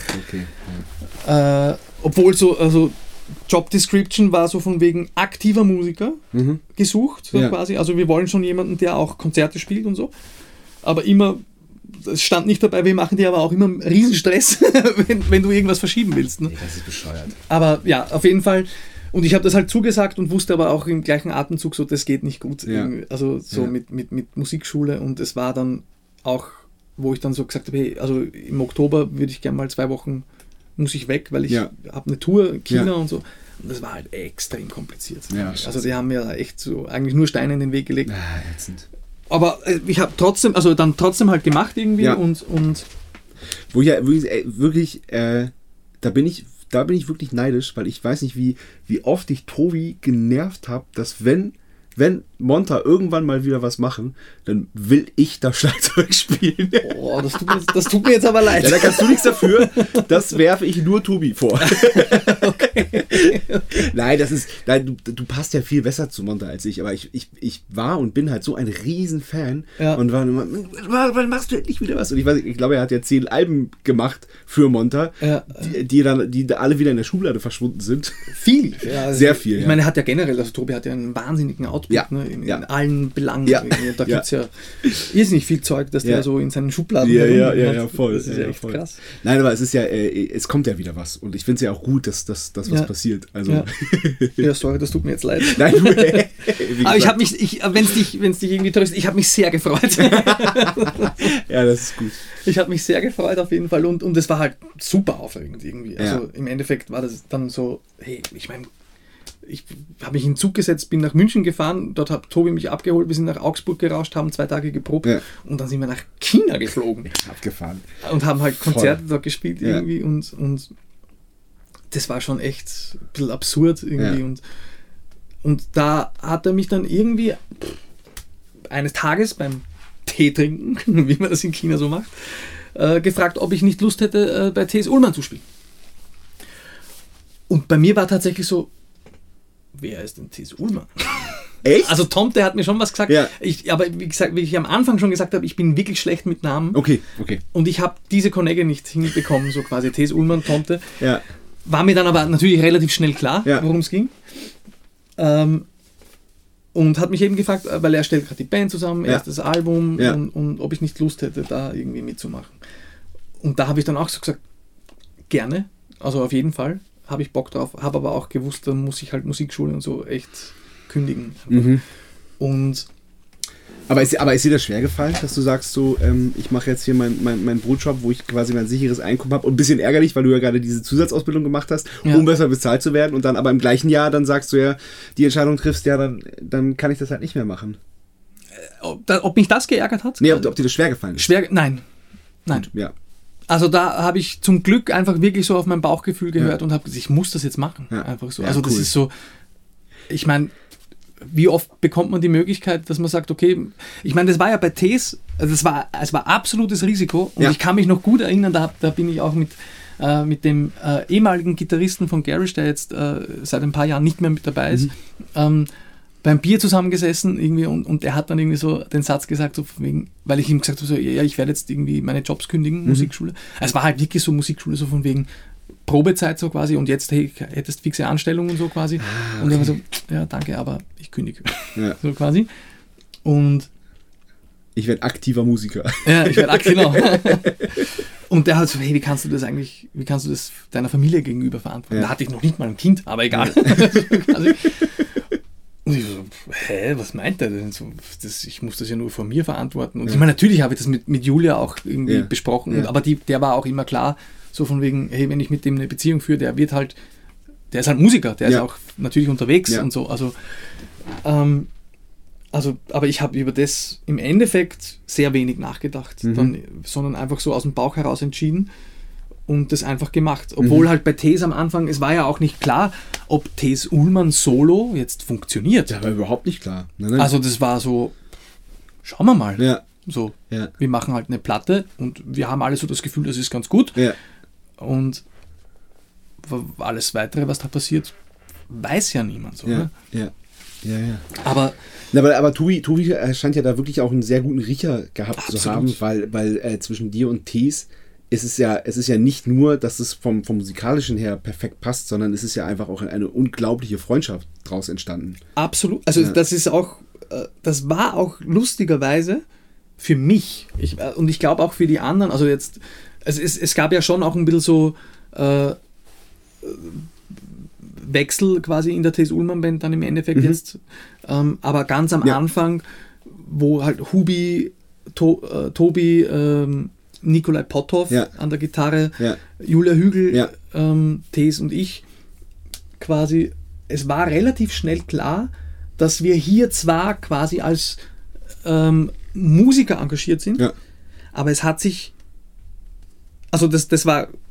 Obwohl also Job Description war so von wegen aktiver Musiker gesucht, so quasi. Also wir wollen schon jemanden, der auch Konzerte spielt und so. Aber immer, es stand nicht dabei, wir machen dir aber auch immer einen Riesenstress, wenn du irgendwas verschieben willst. Ne? Das ist bescheuert. Aber ja, auf jeden Fall. Und ich habe das halt zugesagt und wusste aber auch im gleichen Atemzug so, das geht nicht gut. Ja. Also so mit Musikschule. Und es war dann auch, wo ich dann so gesagt habe, hey, also im Oktober würde ich gerne mal 2 Wochen, muss ich weg, weil ich habe eine Tour in China und so. Und das war halt extrem kompliziert. Ja, also die haben mir echt so eigentlich nur Steine in den Weg gelegt. Aber ich habe trotzdem halt gemacht irgendwie und wo ich wirklich, da bin ich da bin ich wirklich neidisch, weil ich weiß nicht, wie oft ich Tobi genervt habe, dass wenn Monta irgendwann mal wieder was machen, dann will ich da Schlagzeug spielen. Oh, das tut mir jetzt aber leid. Ja, da kannst du nichts dafür. Das werfe ich nur Tobi vor. Okay. Nein, du passt ja viel besser zu Monta als ich, aber ich war und bin halt so ein Riesenfan und war immer, wann machst du endlich wieder was? Und ich glaube, er hat ja 10 Alben gemacht für Monta, die alle wieder in der Schublade verschwunden sind. Viel. Ja, also sehr viel. Ich meine, er hat ja generell, also Tobi hat ja einen wahnsinnigen Output, in allen Belangen. Ja. Da gibt es ja irrsinnig viel Zeug, dass der so in seinen Schubladen ja, voll. Das ist ja echt voll. krass. Nein, aber es kommt ja wieder was. Und ich finde es ja auch gut, dass was passiert. Also. Ja, sorry, das tut mir jetzt leid. Nein, aber ich habe mich, wenn es dich irgendwie tröstet, ich habe mich sehr gefreut. Ja, das ist gut. Ich habe mich sehr gefreut auf jeden Fall und es war halt super aufregend irgendwie. Also im Endeffekt war das dann so, hey, ich meine, ich habe mich in den Zug gesetzt, bin nach München gefahren, dort hat Tobi mich abgeholt, wir sind nach Augsburg gerauscht, haben 2 Tage geprobt und dann sind wir nach China geflogen. Abgefahren. Und haben halt Konzerte dort gespielt irgendwie und das war schon echt ein bisschen absurd irgendwie und da hat er mich dann irgendwie eines Tages beim Tee trinken, wie man das in China so macht, gefragt, ob ich nicht Lust hätte, bei T.S. Ullmann zu spielen. Und bei mir war tatsächlich so, wer ist denn T.S. Ullmann? Echt? Also Tomte hat mir schon was gesagt, ja. Aber wie gesagt, wie ich am Anfang schon gesagt habe, ich bin wirklich schlecht mit Namen. Okay. Und ich habe diese Connection nicht hinbekommen, so quasi T.S. Ullmann, Tomte. Ja. War mir dann aber natürlich relativ schnell klar, worum es ging. Und hat mich eben gefragt, weil er stellt gerade die Band zusammen, erstes Album und ob ich nicht Lust hätte, da irgendwie mitzumachen. Und da habe ich dann auch so gesagt, gerne, also auf jeden Fall, habe ich Bock drauf, habe aber auch gewusst, dann muss ich halt Musikschule und so echt kündigen. Mhm. Und Aber ist dir das schwer gefallen, dass du sagst, so, ich mache jetzt hier meinen Brotjob, wo ich quasi mein sicheres Einkommen habe und ein bisschen ärgerlich, weil du ja gerade diese Zusatzausbildung gemacht hast, um besser bezahlt zu werden und dann aber im gleichen Jahr dann sagst du die Entscheidung triffst, dann kann ich das halt nicht mehr machen. Ob mich das geärgert hat? Nee, ob dir das schwer gefallen ist. Nein. Gut, ja. Also da habe ich zum Glück einfach wirklich so auf mein Bauchgefühl gehört und habe gesagt, ich muss das jetzt machen. Ja. Einfach so. Also das ist so, ich meine, wie oft bekommt man die Möglichkeit, dass man sagt, okay, ich meine, das war ja bei Tees, also es war absolutes Risiko und ich kann mich noch gut erinnern, da bin ich auch mit dem ehemaligen Gitarristen von Garish, der jetzt seit ein paar Jahren nicht mehr mit dabei ist, beim Bier zusammengesessen irgendwie und er hat dann irgendwie so den Satz gesagt, so von wegen, weil ich ihm gesagt habe, so, ja, ich werde jetzt irgendwie meine Jobs kündigen, Musikschule. Es war halt wirklich so Musikschule, so von wegen Probezeit so quasi und jetzt hey, hättest fixe Anstellung und so quasi. Okay. Und dann war so, ja, danke, aber ich kündige. Ja. So quasi. Und ich werde aktiver Musiker. Ja, ich werde aktiv, genau. Und der hat so, hey, wie kannst du das deiner Familie gegenüber verantworten? Da hatte ich noch nicht mal ein Kind, aber egal. Und ich so, was meint er denn? So, ich muss das ja nur von mir verantworten. Und ich meine, natürlich habe ich das mit Julia auch irgendwie besprochen, aber der war auch immer klar, so von wegen, hey, wenn ich mit dem eine Beziehung führe, der ist halt Musiker, der ist auch natürlich unterwegs und so. Also, aber ich habe über das im Endeffekt sehr wenig nachgedacht, sondern einfach so aus dem Bauch heraus entschieden und das einfach gemacht. Obwohl halt bei Tees am Anfang, es war ja auch nicht klar, ob T.S. Ullmann Solo jetzt funktioniert. Das war überhaupt nicht klar. Nein. Also das war so, schauen wir mal. Ja. So, wir machen halt eine Platte und wir haben alle so das Gefühl, das ist ganz gut. Ja. Und alles Weitere, was da passiert, weiß ja niemand so. Ja. Aber Tobi scheint ja da wirklich auch einen sehr guten Riecher gehabt zu haben, weil zwischen dir und Tees es ist ja nicht nur, dass es vom musikalischen her perfekt passt, sondern es ist ja einfach auch eine unglaubliche Freundschaft draus entstanden. Absolut. Also das war auch lustigerweise für mich und ich glaube auch für die anderen, also jetzt, es gab ja schon auch ein bisschen so Wechsel quasi in der T.S. Ullmann Band dann im Endeffekt jetzt, aber ganz am Anfang, wo halt Hubi, Tobi, Nikolai Potthoff an der Gitarre, Julia Hügel, Tees und ich quasi, es war relativ schnell klar, dass wir hier zwar quasi als Musiker engagiert sind, aber es hat sich, also das war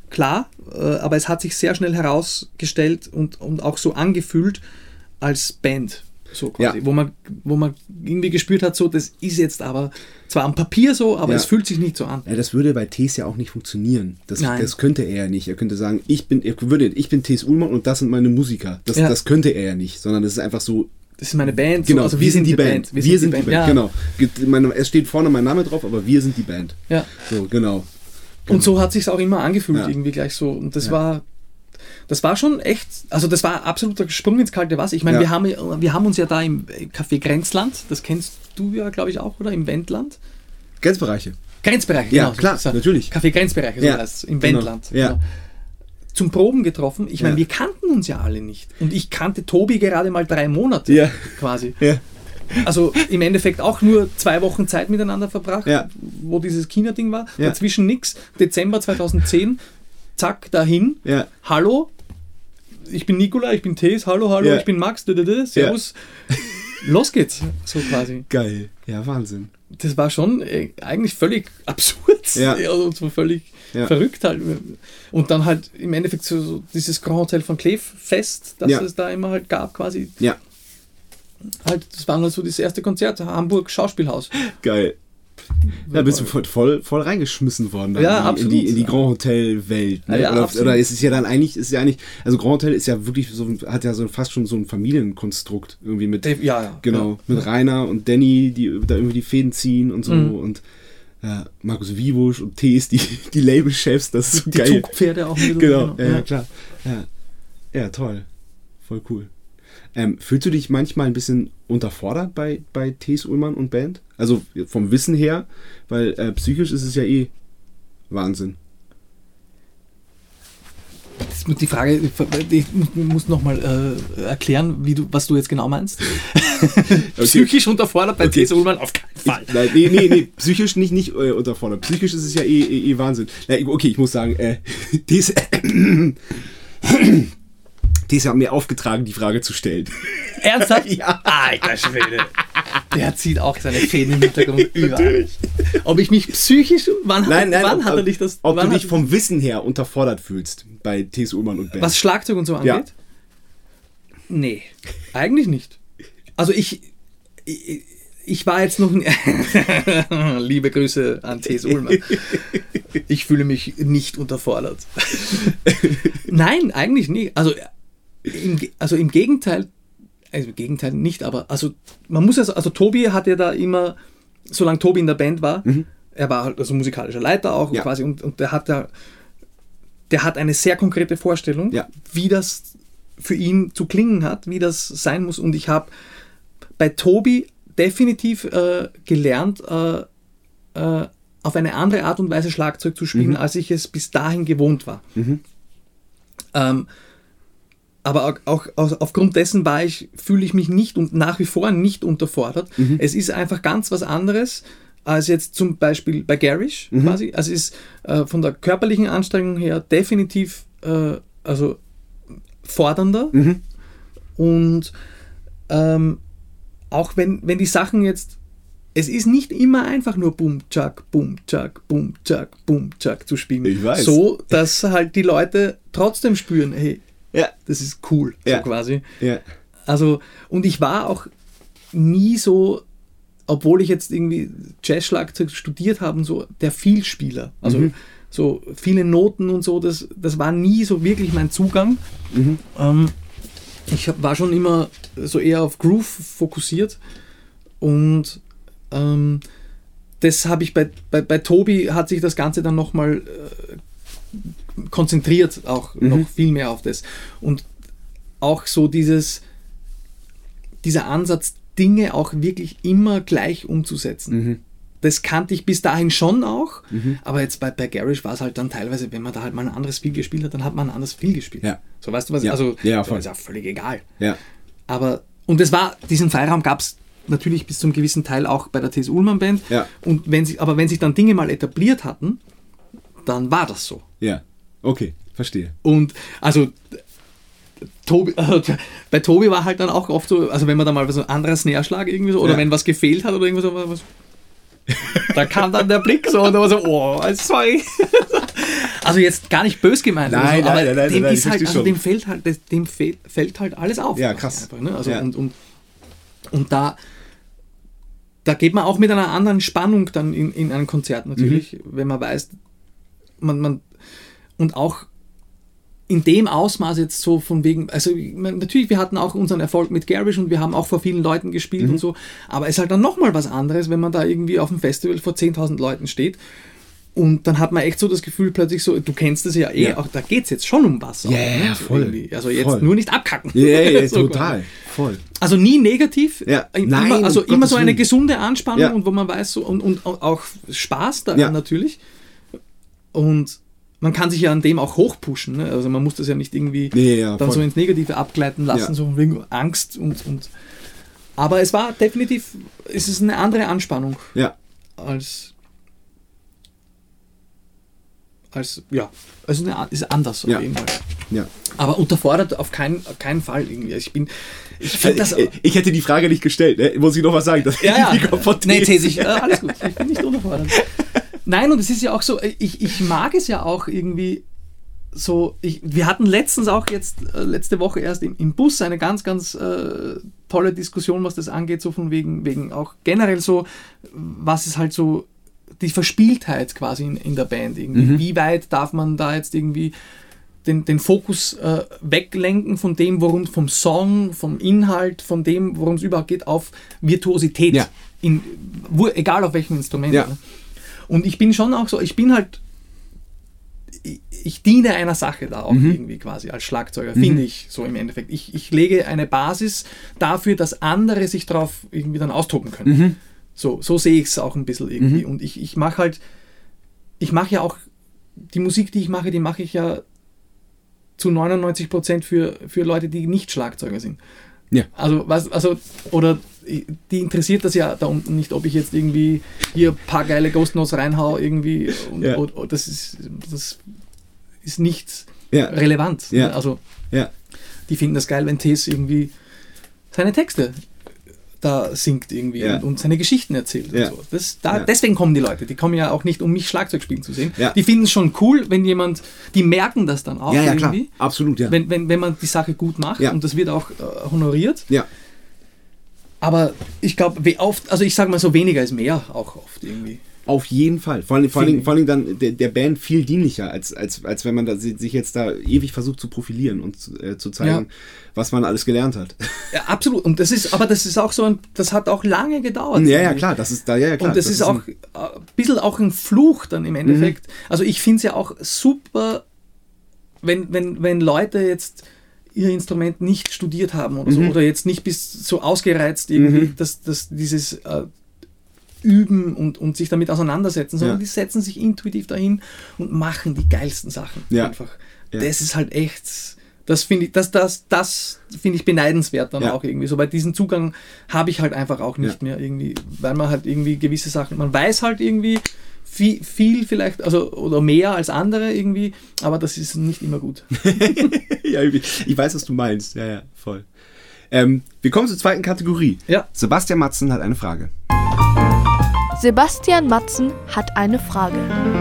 klar, aber es hat sich sehr schnell herausgestellt und auch so angefühlt als Band. So quasi, wo man irgendwie gespürt hat, so, das ist jetzt aber zwar am Papier so, aber es fühlt sich nicht so an. Ja, das würde bei Thees ja auch nicht funktionieren. Das könnte er ja nicht. Er könnte sagen, ich bin Thees Uhlmann und das sind meine Musiker. Das könnte er ja nicht, sondern das ist einfach so. Das ist meine Band. Genau, so, also wir sind die Band. Wir sind die Band, genau. Es steht vorne mein Name drauf, aber wir sind die Band. Ja. So, genau. Und so hat sich auch immer angefühlt, irgendwie gleich so. Und das war schon echt, also das war absoluter Sprung ins kalte Wasser. Ich meine, wir haben uns ja da im Café Grenzland, das kennst du ja, glaube ich, auch, oder? Im Wendland. Grenzbereiche, genau. Klar, natürlich. Café Grenzbereiche, so heißt es, im Wendland. Ja. Genau. Zum Proben getroffen. Ich meine, wir kannten uns ja alle nicht. Und ich kannte Tobi gerade mal 3 Monate quasi. Ja. Also im Endeffekt auch nur 2 Wochen Zeit miteinander verbracht, wo dieses China-Ding war. Ja. Dazwischen nix. Dezember 2010, zack, dahin. Ja. Hallo, ich bin Nikola, ich bin Thees, hallo, ich bin Max, servus. Ja. Los geht's, so quasi. Geil, ja, Wahnsinn. Das war schon eigentlich völlig absurd und so völlig verrückt halt. Und dann halt im Endeffekt so dieses Grand Hotel von Kleef-Fest, das es da immer halt gab quasi. Ja. Halt, das war halt so das erste Konzert, Hamburg Schauspielhaus. Geil. Da bist du voll reingeschmissen worden in die Grand Hotel Welt. Ne? Oder es ist ja dann eigentlich, also Grand Hotel ist ja wirklich so, hat ja so fast schon so ein Familienkonstrukt irgendwie mit, mit Rainer und Danny, die da irgendwie die Fäden ziehen und so und Markus Wiebusch und Thees, die Labelchefs, das ist so die geil. Die Zugpferde auch. Genau, klar. Ja, toll. Voll cool. Fühlst du dich manchmal ein bisschen unterfordert bei Thees Uhlmann und Band? Also vom Wissen her, weil psychisch ist es ja Wahnsinn. Die Frage, ich muss nochmal erklären, was du jetzt genau meinst. Psychisch unterfordert bei Thees Uhlmann auf keinen Fall. Nee, psychisch nicht unterfordert. Psychisch ist es ja Wahnsinn. Okay, ich muss sagen, Thees hat mir aufgetragen, die Frage zu stellen. Ernsthaft? Ja. Alter Schwede. Der zieht auch seine Fäden im Hintergrund überall. Ob ich mich psychisch... Wann hat er dich das... Ob du dich vom Wissen her unterfordert fühlst bei Thees Uhlmann und Band. Was Schlagzeug und so angeht? Ja. Nee, eigentlich nicht. Also ich war jetzt noch... Liebe Grüße an Thees Uhlmann. Ich fühle mich nicht unterfordert. Nein, eigentlich nicht. Also im Gegenteil, nicht, aber man muss also Tobi hat ja da immer, solange Tobi in der Band war, er war halt also musikalischer Leiter auch quasi und der hat eine sehr konkrete Vorstellung, wie das für ihn zu klingen hat, wie das sein muss, und ich habe bei Tobi definitiv gelernt, auf eine andere Art und Weise Schlagzeug zu spielen, als ich es bis dahin gewohnt war. Aber auch aufgrund dessen fühle ich mich nicht und nach wie vor nicht unterfordert. Es ist einfach ganz was anderes als jetzt zum Beispiel bei Garish quasi. Also es ist von der körperlichen Anstrengung her definitiv fordernder. Und auch wenn die Sachen jetzt, es ist nicht immer einfach nur Bum, Tschak, Bum, Tschak, Bum, Tschak, Bum, Tschak zu spielen. Ich weiß. So, dass halt die Leute trotzdem spüren, hey, das ist cool, so quasi. Ja. Also, und ich war auch nie so, obwohl ich jetzt irgendwie Jazz-Schlagzeug studiert habe, so der Vielspieler. Also so viele Noten und so, das war nie so wirklich mein Zugang. Ich war schon immer so eher auf Groove fokussiert und das habe ich bei Tobi hat sich das Ganze dann nochmal konzentriert auch noch viel mehr auf das. Und auch so dieser Ansatz, Dinge auch wirklich immer gleich umzusetzen. Das kannte ich bis dahin schon auch, aber jetzt bei Garish war es halt dann teilweise, wenn man da halt mal ein anderes Spiel gespielt hat, dann hat man ein anderes Spiel gespielt. Ja. So, weißt du was? Also, das ist ja völlig egal. Ja. Aber, und diesen Freiraum gab es natürlich bis zum gewissen Teil auch bei der Thees Uhlmann Band. Ja. Und wenn sich dann Dinge mal etabliert hatten, dann war das so. Ja. Okay, verstehe. Und also bei Tobi war halt dann auch oft so, also wenn man da mal so ein anderer Snare-Schlag irgendwie so, oder wenn was gefehlt hat oder irgendwas, da kam dann der Blick so und da war so, oh, sorry. Also jetzt gar nicht böse gemeint. Nein, so, aber nein, dem ist halt, also dem fällt halt alles auf. Ja, krass. Einfach, ne? Also und da geht man auch mit einer anderen Spannung dann in ein Konzert natürlich, wenn man weiß, man und auch in dem Ausmaß jetzt so von wegen, also natürlich, wir hatten auch unseren Erfolg mit Garish und wir haben auch vor vielen Leuten gespielt und so, aber es ist halt dann nochmal was anderes, wenn man da irgendwie auf dem Festival vor 10.000 Leuten steht und dann hat man echt so das Gefühl plötzlich so, du kennst es ja auch da geht es jetzt schon um was. Ja, voll. Irgendwie. Also jetzt nur nicht abkacken. Ja, so total. Voll. Also nie negativ, Nein, immer so eine gesunde Anspannung und wo man weiß so und auch Spaß daran natürlich und man kann sich ja an dem auch hochpushen, ne? Also man muss das ja nicht irgendwie dann so ins Negative abgleiten lassen, so wegen Angst und aber es war definitiv, es ist eine andere Anspannung als also ist anders auf jeden Fall. Ja. Aber unterfordert auf keinen Fall irgendwie. Ich hätte die Frage nicht gestellt, ne? Muss ich noch was sagen? Das alles gut, ich bin nicht unterfordert. Nein, und es ist ja auch so, ich mag es ja auch irgendwie so, wir hatten letztens auch jetzt, letzte Woche erst im Bus eine ganz, ganz tolle Diskussion, was das angeht, so von wegen auch generell so, was ist halt so die Verspieltheit quasi in der Band irgendwie. Wie weit darf man da jetzt irgendwie den Fokus weglenken von dem, vom Song, vom Inhalt, von dem, worum es überhaupt geht, auf Virtuosität, egal auf welchem Instrument. Ja. Ne? Und ich bin schon auch so, ich diene einer Sache da auch irgendwie quasi als Schlagzeuger, finde ich so im Endeffekt. Ich lege eine Basis dafür, dass andere sich darauf irgendwie dann austoben können. So sehe ich es auch ein bisschen irgendwie. Und ich mache ja auch, die Musik, die mache ich ja zu 99% für Leute, die nicht Schlagzeuger sind. Ja. Oder die interessiert das ja da unten nicht, ob ich jetzt irgendwie hier ein paar geile Ghost Notes reinhau irgendwie und das ist nicht relevant. Ja. Also die finden das geil, wenn Tess irgendwie seine Texte da singt irgendwie und seine Geschichten erzählt und so. Deswegen kommen die Leute, die kommen ja auch nicht, um mich Schlagzeug spielen zu sehen. Ja. Die finden es schon cool, wenn die merken das dann auch irgendwie. Klar. Absolut, ja. Wenn man die Sache gut macht und das wird auch honoriert. Ja. Aber ich glaube, ich sage mal so, weniger ist mehr auch oft irgendwie. Auf jeden Fall. Vor allem dann der Band viel dienlicher, als wenn man sich jetzt da ewig versucht zu profilieren und zu zeigen, was man alles gelernt hat. Ja, absolut. Und das ist auch so, das hat auch lange gedauert. Ja, klar. Das ist da, klar. Und das ist auch ein bisschen auch ein Fluch dann im Endeffekt. Also ich finde es ja auch super, wenn Leute jetzt ihr Instrument nicht studiert haben oder so, oder jetzt nicht bis so ausgereizt irgendwie, dass dieses üben und sich damit auseinandersetzen, sondern die setzen sich intuitiv dahin und machen die geilsten Sachen einfach. Ja. Das ist halt echt, das finde ich beneidenswert dann auch irgendwie. So bei diesem Zugang habe ich halt einfach auch nicht mehr irgendwie, weil man halt irgendwie gewisse Sachen, man weiß halt irgendwie viel vielleicht, also oder mehr als andere irgendwie, aber das ist nicht immer gut. Ja, ich weiß, was du meinst. Ja, voll. Wir kommen zur zweiten Kategorie. Ja. Sebastian Matzen hat eine Frage. Sebastian Matzen hat eine Frage.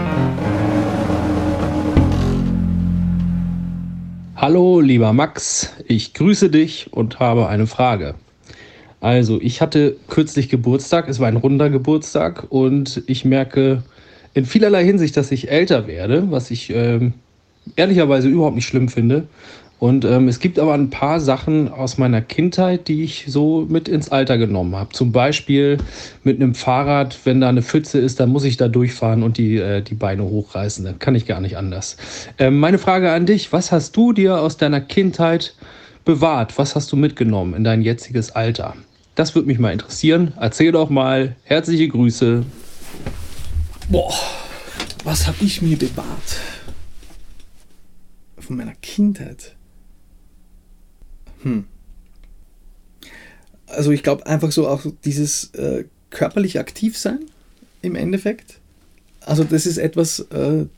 Hallo, lieber Max, ich grüße dich und habe eine Frage. Also, ich hatte kürzlich Geburtstag, es war ein runder Geburtstag und ich merke in vielerlei Hinsicht, dass ich älter werde, was ich ehrlicherweise überhaupt nicht schlimm finde. Und es gibt aber ein paar Sachen aus meiner Kindheit, die ich so mit ins Alter genommen habe. Zum Beispiel mit einem Fahrrad, wenn da eine Pfütze ist, dann muss ich da durchfahren und die Beine hochreißen. Dann kann ich gar nicht anders. Meine Frage an dich, was hast du dir aus deiner Kindheit bewahrt? Was hast du mitgenommen in dein jetziges Alter? Das würde mich mal interessieren. Erzähl doch mal. Herzliche Grüße. Boah, was habe ich mir bewahrt? Von meiner Kindheit? Also ich glaube einfach so auch dieses körperlich aktiv sein im Endeffekt. Also das ist etwas,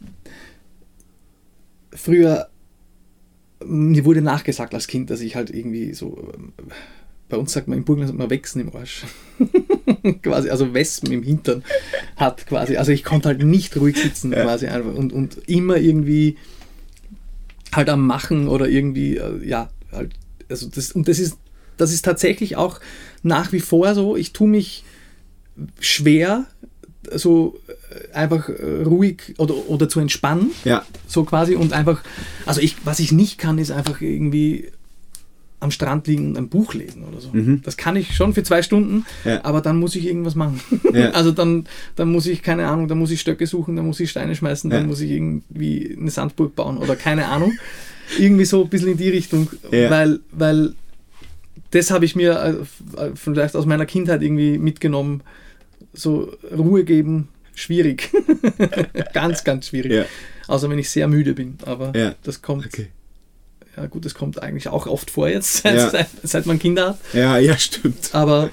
früher, mir wurde nachgesagt als Kind, dass ich halt irgendwie so, bei uns sagt man im Burgenland, sagt man Wechsen im Arsch. Quasi, also Wespen im Hintern. hat quasi. Also ich konnte halt nicht ruhig sitzen quasi einfach und immer irgendwie halt am Machen oder irgendwie, halt, also das ist tatsächlich auch nach wie vor so. Ich tue mich schwer, so einfach ruhig oder zu entspannen. Ja. So quasi und einfach, also was ich nicht kann, ist einfach irgendwie am Strand liegen und ein Buch lesen oder so. Das kann ich schon für 2 Stunden, aber dann muss ich irgendwas machen. Ja. Also dann muss ich, keine Ahnung, dann muss ich Stöcke suchen, dann muss ich Steine schmeißen, dann muss ich irgendwie eine Sandburg bauen oder keine Ahnung. Irgendwie so ein bisschen in die Richtung, weil das habe ich mir vielleicht aus meiner Kindheit irgendwie mitgenommen. So Ruhe geben, schwierig. Ganz, ganz schwierig. Ja. Außer wenn ich sehr müde bin. Aber das kommt. Okay. Ja gut, das kommt eigentlich auch oft vor jetzt, seit man Kinder hat. Ja, stimmt. Aber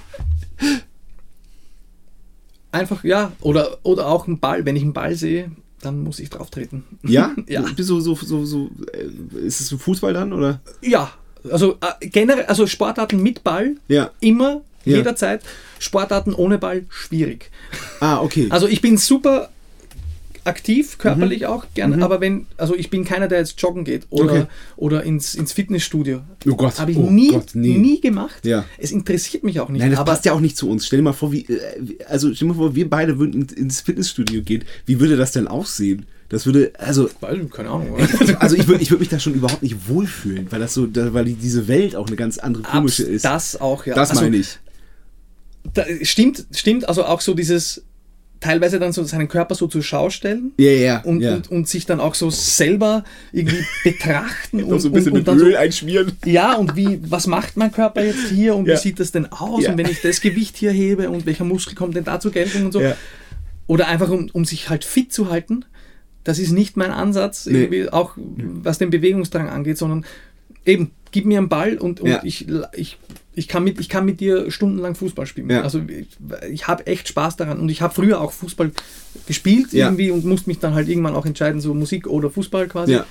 einfach, oder auch ein Ball. Wenn ich einen Ball sehe, dann muss ich drauf treten. Ja? Ja. Bist du so ist es so Fußball dann, oder? Ja, also generell, also Sportarten mit Ball, immer, jederzeit. Sportarten ohne Ball, schwierig. Okay. Also ich bin super aktiv, körperlich auch gern, aber ich bin keiner, der jetzt joggen geht oder ins Fitnessstudio. Oh Gott. Habe ich nie gemacht. Ja. Es interessiert mich auch nicht. Nein, das passt ja auch nicht zu uns. Stell dir mal vor, wir beide würden ins Fitnessstudio gehen. Wie würde das denn aussehen? Das würde, keine Ahnung. Also ich würd mich da schon überhaupt nicht wohlfühlen, weil diese Welt auch eine ganz andere komische ist. Das auch, ja. Das meine ich. Stimmt, also auch so dieses teilweise dann so seinen Körper so zur Schau stellen und sich dann auch so selber irgendwie betrachten und so ein bisschen mit Öl einschmieren. Ja, und was macht mein Körper jetzt hier und wie sieht das denn aus und wenn ich das Gewicht hier hebe und welcher Muskel kommt denn da zur Geltung und so. Ja. Oder einfach um sich halt fit zu halten. Das ist nicht mein Ansatz, irgendwie auch was den Bewegungsdrang angeht, sondern eben, gib mir einen Ball und ich kann mit dir stundenlang Fußball spielen. Ja. Also ich habe echt Spaß daran und ich habe früher auch Fußball gespielt irgendwie und musste mich dann halt irgendwann auch entscheiden, so Musik oder Fußball quasi. Ja.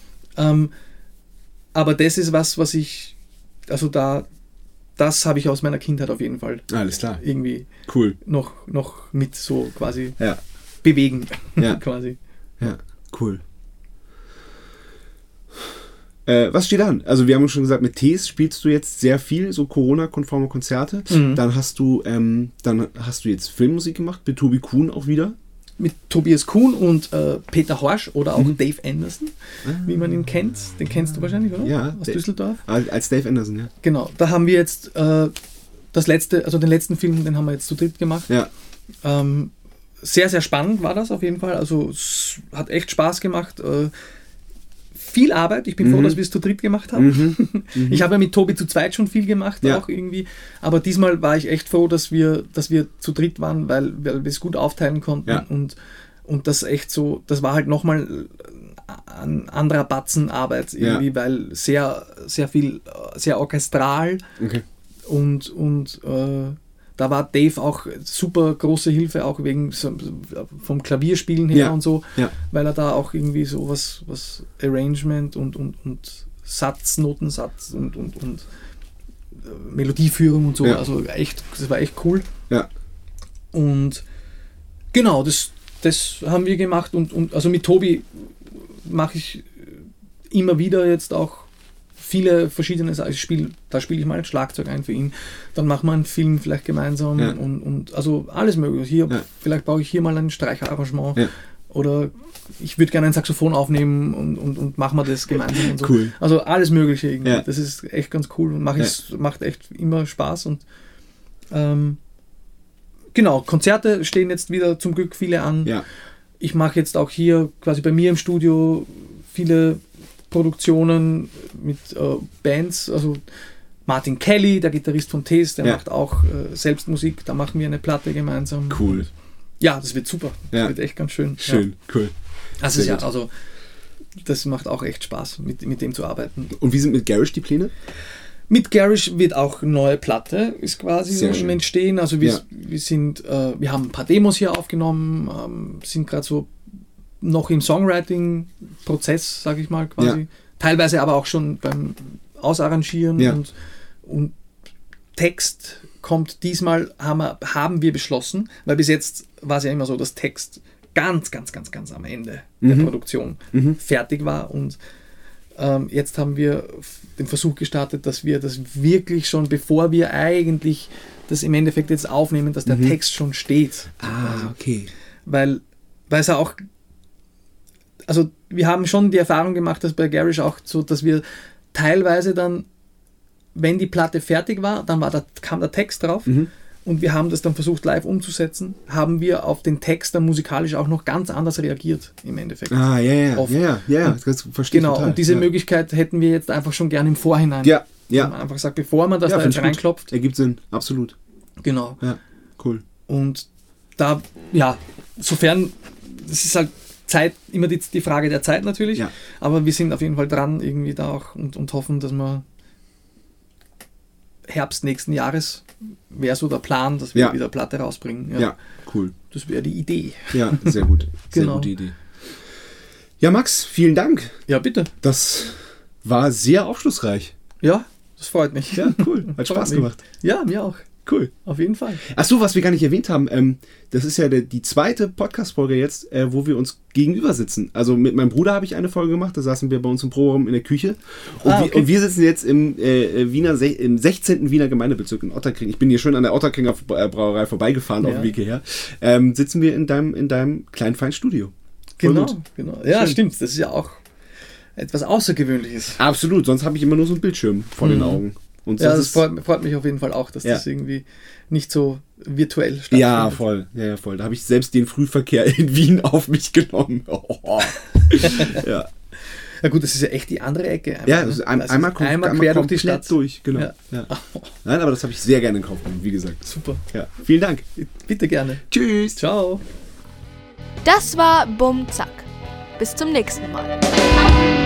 Aber das ist was ich, also das habe ich aus meiner Kindheit auf jeden Fall. Alles klar. Irgendwie cool. noch mit so quasi bewegen quasi. Ja, cool. Was steht an? Also wir haben schon gesagt, mit Tees spielst du jetzt sehr viel, so Corona-konforme Konzerte. Dann hast du jetzt Filmmusik gemacht, mit Tobi Kuhn auch wieder. Mit Tobias Kuhn und Peter Horsch oder auch Dave Anderson, wie man ihn kennt. Den kennst du wahrscheinlich, oder? Ja. Aus Düsseldorf. Als Dave Anderson, ja. Genau, da haben wir jetzt den letzten Film, den haben wir jetzt zu dritt gemacht. Ja. Sehr, sehr spannend war das auf jeden Fall. Also es hat echt Spaß gemacht. Viel Arbeit. Ich bin froh, dass wir es zu dritt gemacht haben. Ich habe ja mit Tobi zu zweit schon viel gemacht, auch irgendwie. Aber diesmal war ich echt froh, dass wir zu dritt waren, weil wir es gut aufteilen konnten. Und das echt so, das war halt nochmal ein anderer Batzen Arbeit irgendwie, weil sehr, sehr viel, sehr orchestral und da war Dave auch super große Hilfe, auch wegen vom Klavierspielen her und so, weil er da auch irgendwie so was Arrangement und Satz, Notensatz und Melodieführung und so, also echt, das war echt cool. Ja. Und genau, das haben wir gemacht und also mit Tobi mache ich immer wieder jetzt auch viele verschiedene Sachen. Da spiele ich mal ein Schlagzeug ein für ihn. Dann machen wir einen Film vielleicht gemeinsam und also alles mögliche. Vielleicht baue ich hier mal ein Streicherarrangement oder ich würde gerne ein Saxophon aufnehmen und machen wir das gemeinsam und so. Cool. Also alles mögliche irgendwie. Ja. Das ist echt ganz cool und macht echt immer Spaß und genau, Konzerte stehen jetzt wieder zum Glück viele an. Ja. Ich mache jetzt auch hier quasi bei mir im Studio viele Produktionen mit Bands, also Martin Kelly, der Gitarrist von Tees, der macht auch selbst Musik, da machen wir eine Platte gemeinsam. Cool. Und ja, das wird super. Das wird echt ganz schön. Schön, cool. Also das macht auch echt Spaß, mit dem zu arbeiten. Und wie sind mit Garish die Pläne? Mit Garish wird auch eine neue Platte, ist quasi so im Entstehen. Also wir haben ein paar Demos hier aufgenommen, sind gerade so noch im Songwriting-Prozess, sage ich mal, quasi. Ja. Teilweise aber auch schon beim Ausarrangieren und Text kommt diesmal, haben wir beschlossen, weil bis jetzt war es ja immer so, dass Text ganz am Ende der Produktion fertig war und jetzt haben wir den Versuch gestartet, dass wir das wirklich schon, bevor wir eigentlich das im Endeffekt jetzt aufnehmen, dass der Text schon steht. Okay. Weil es ja auch, also wir haben schon die Erfahrung gemacht, dass bei Garish auch so, dass wir teilweise dann, wenn die Platte fertig war, dann kam der Text drauf und wir haben das dann versucht live umzusetzen, haben wir auf den Text dann musikalisch auch noch ganz anders reagiert im Endeffekt. Das verstehe ich genau, total. Und diese Möglichkeit hätten wir jetzt einfach schon gerne im Vorhinein. Ja. Man einfach sagt, bevor man das da jetzt reinklopft. Ergibt Sinn, absolut. Genau. Ja, cool. Und da, sofern, das ist halt immer die Frage der Zeit natürlich, aber wir sind auf jeden Fall dran irgendwie da auch und hoffen, dass wir Herbst nächsten Jahres wäre so der Plan, dass wir wieder Platte rausbringen. Ja, cool. Das wäre die Idee. Ja, sehr gut. Sehr gute Idee. Ja, Max, vielen Dank. Ja, bitte. Das war sehr aufschlussreich. Ja, das freut mich. Ja, cool. Hat Spaß gemacht. Ja, mir auch. Cool. Auf jeden Fall. Achso, was wir gar nicht erwähnt haben, das ist ja die zweite Podcast-Folge jetzt, wo wir uns gegenüber sitzen. Also mit meinem Bruder habe ich eine Folge gemacht, da saßen wir bei uns im Proberaum in der Küche. Und wir sitzen jetzt im 16. Wiener Gemeindebezirk in Otterkring. Ich bin hier schön an der Otterkringer Brauerei vorbeigefahren auf dem Weg hierher. Sitzen wir in deinem kleinen feinen Studio. Genau. Ja, schön. Stimmt. Das ist ja auch etwas Außergewöhnliches. Absolut, sonst habe ich immer nur so einen Bildschirm vor den Augen. Und das freut mich auf jeden Fall auch, dass das irgendwie nicht so virtuell stattfindet. Ja, voll. Ja, voll. Da habe ich selbst den Frühverkehr in Wien auf mich genommen. Ja. Ja gut, das ist ja echt die andere Ecke. Einmal quer durch die Stadt durch. Genau. Ja. Nein, aber das habe ich sehr gerne in Kauf genommen, wie gesagt. Super. Ja. Vielen Dank. Bitte gerne. Tschüss. Ciao. Das war Bum Zack. Bis zum nächsten Mal.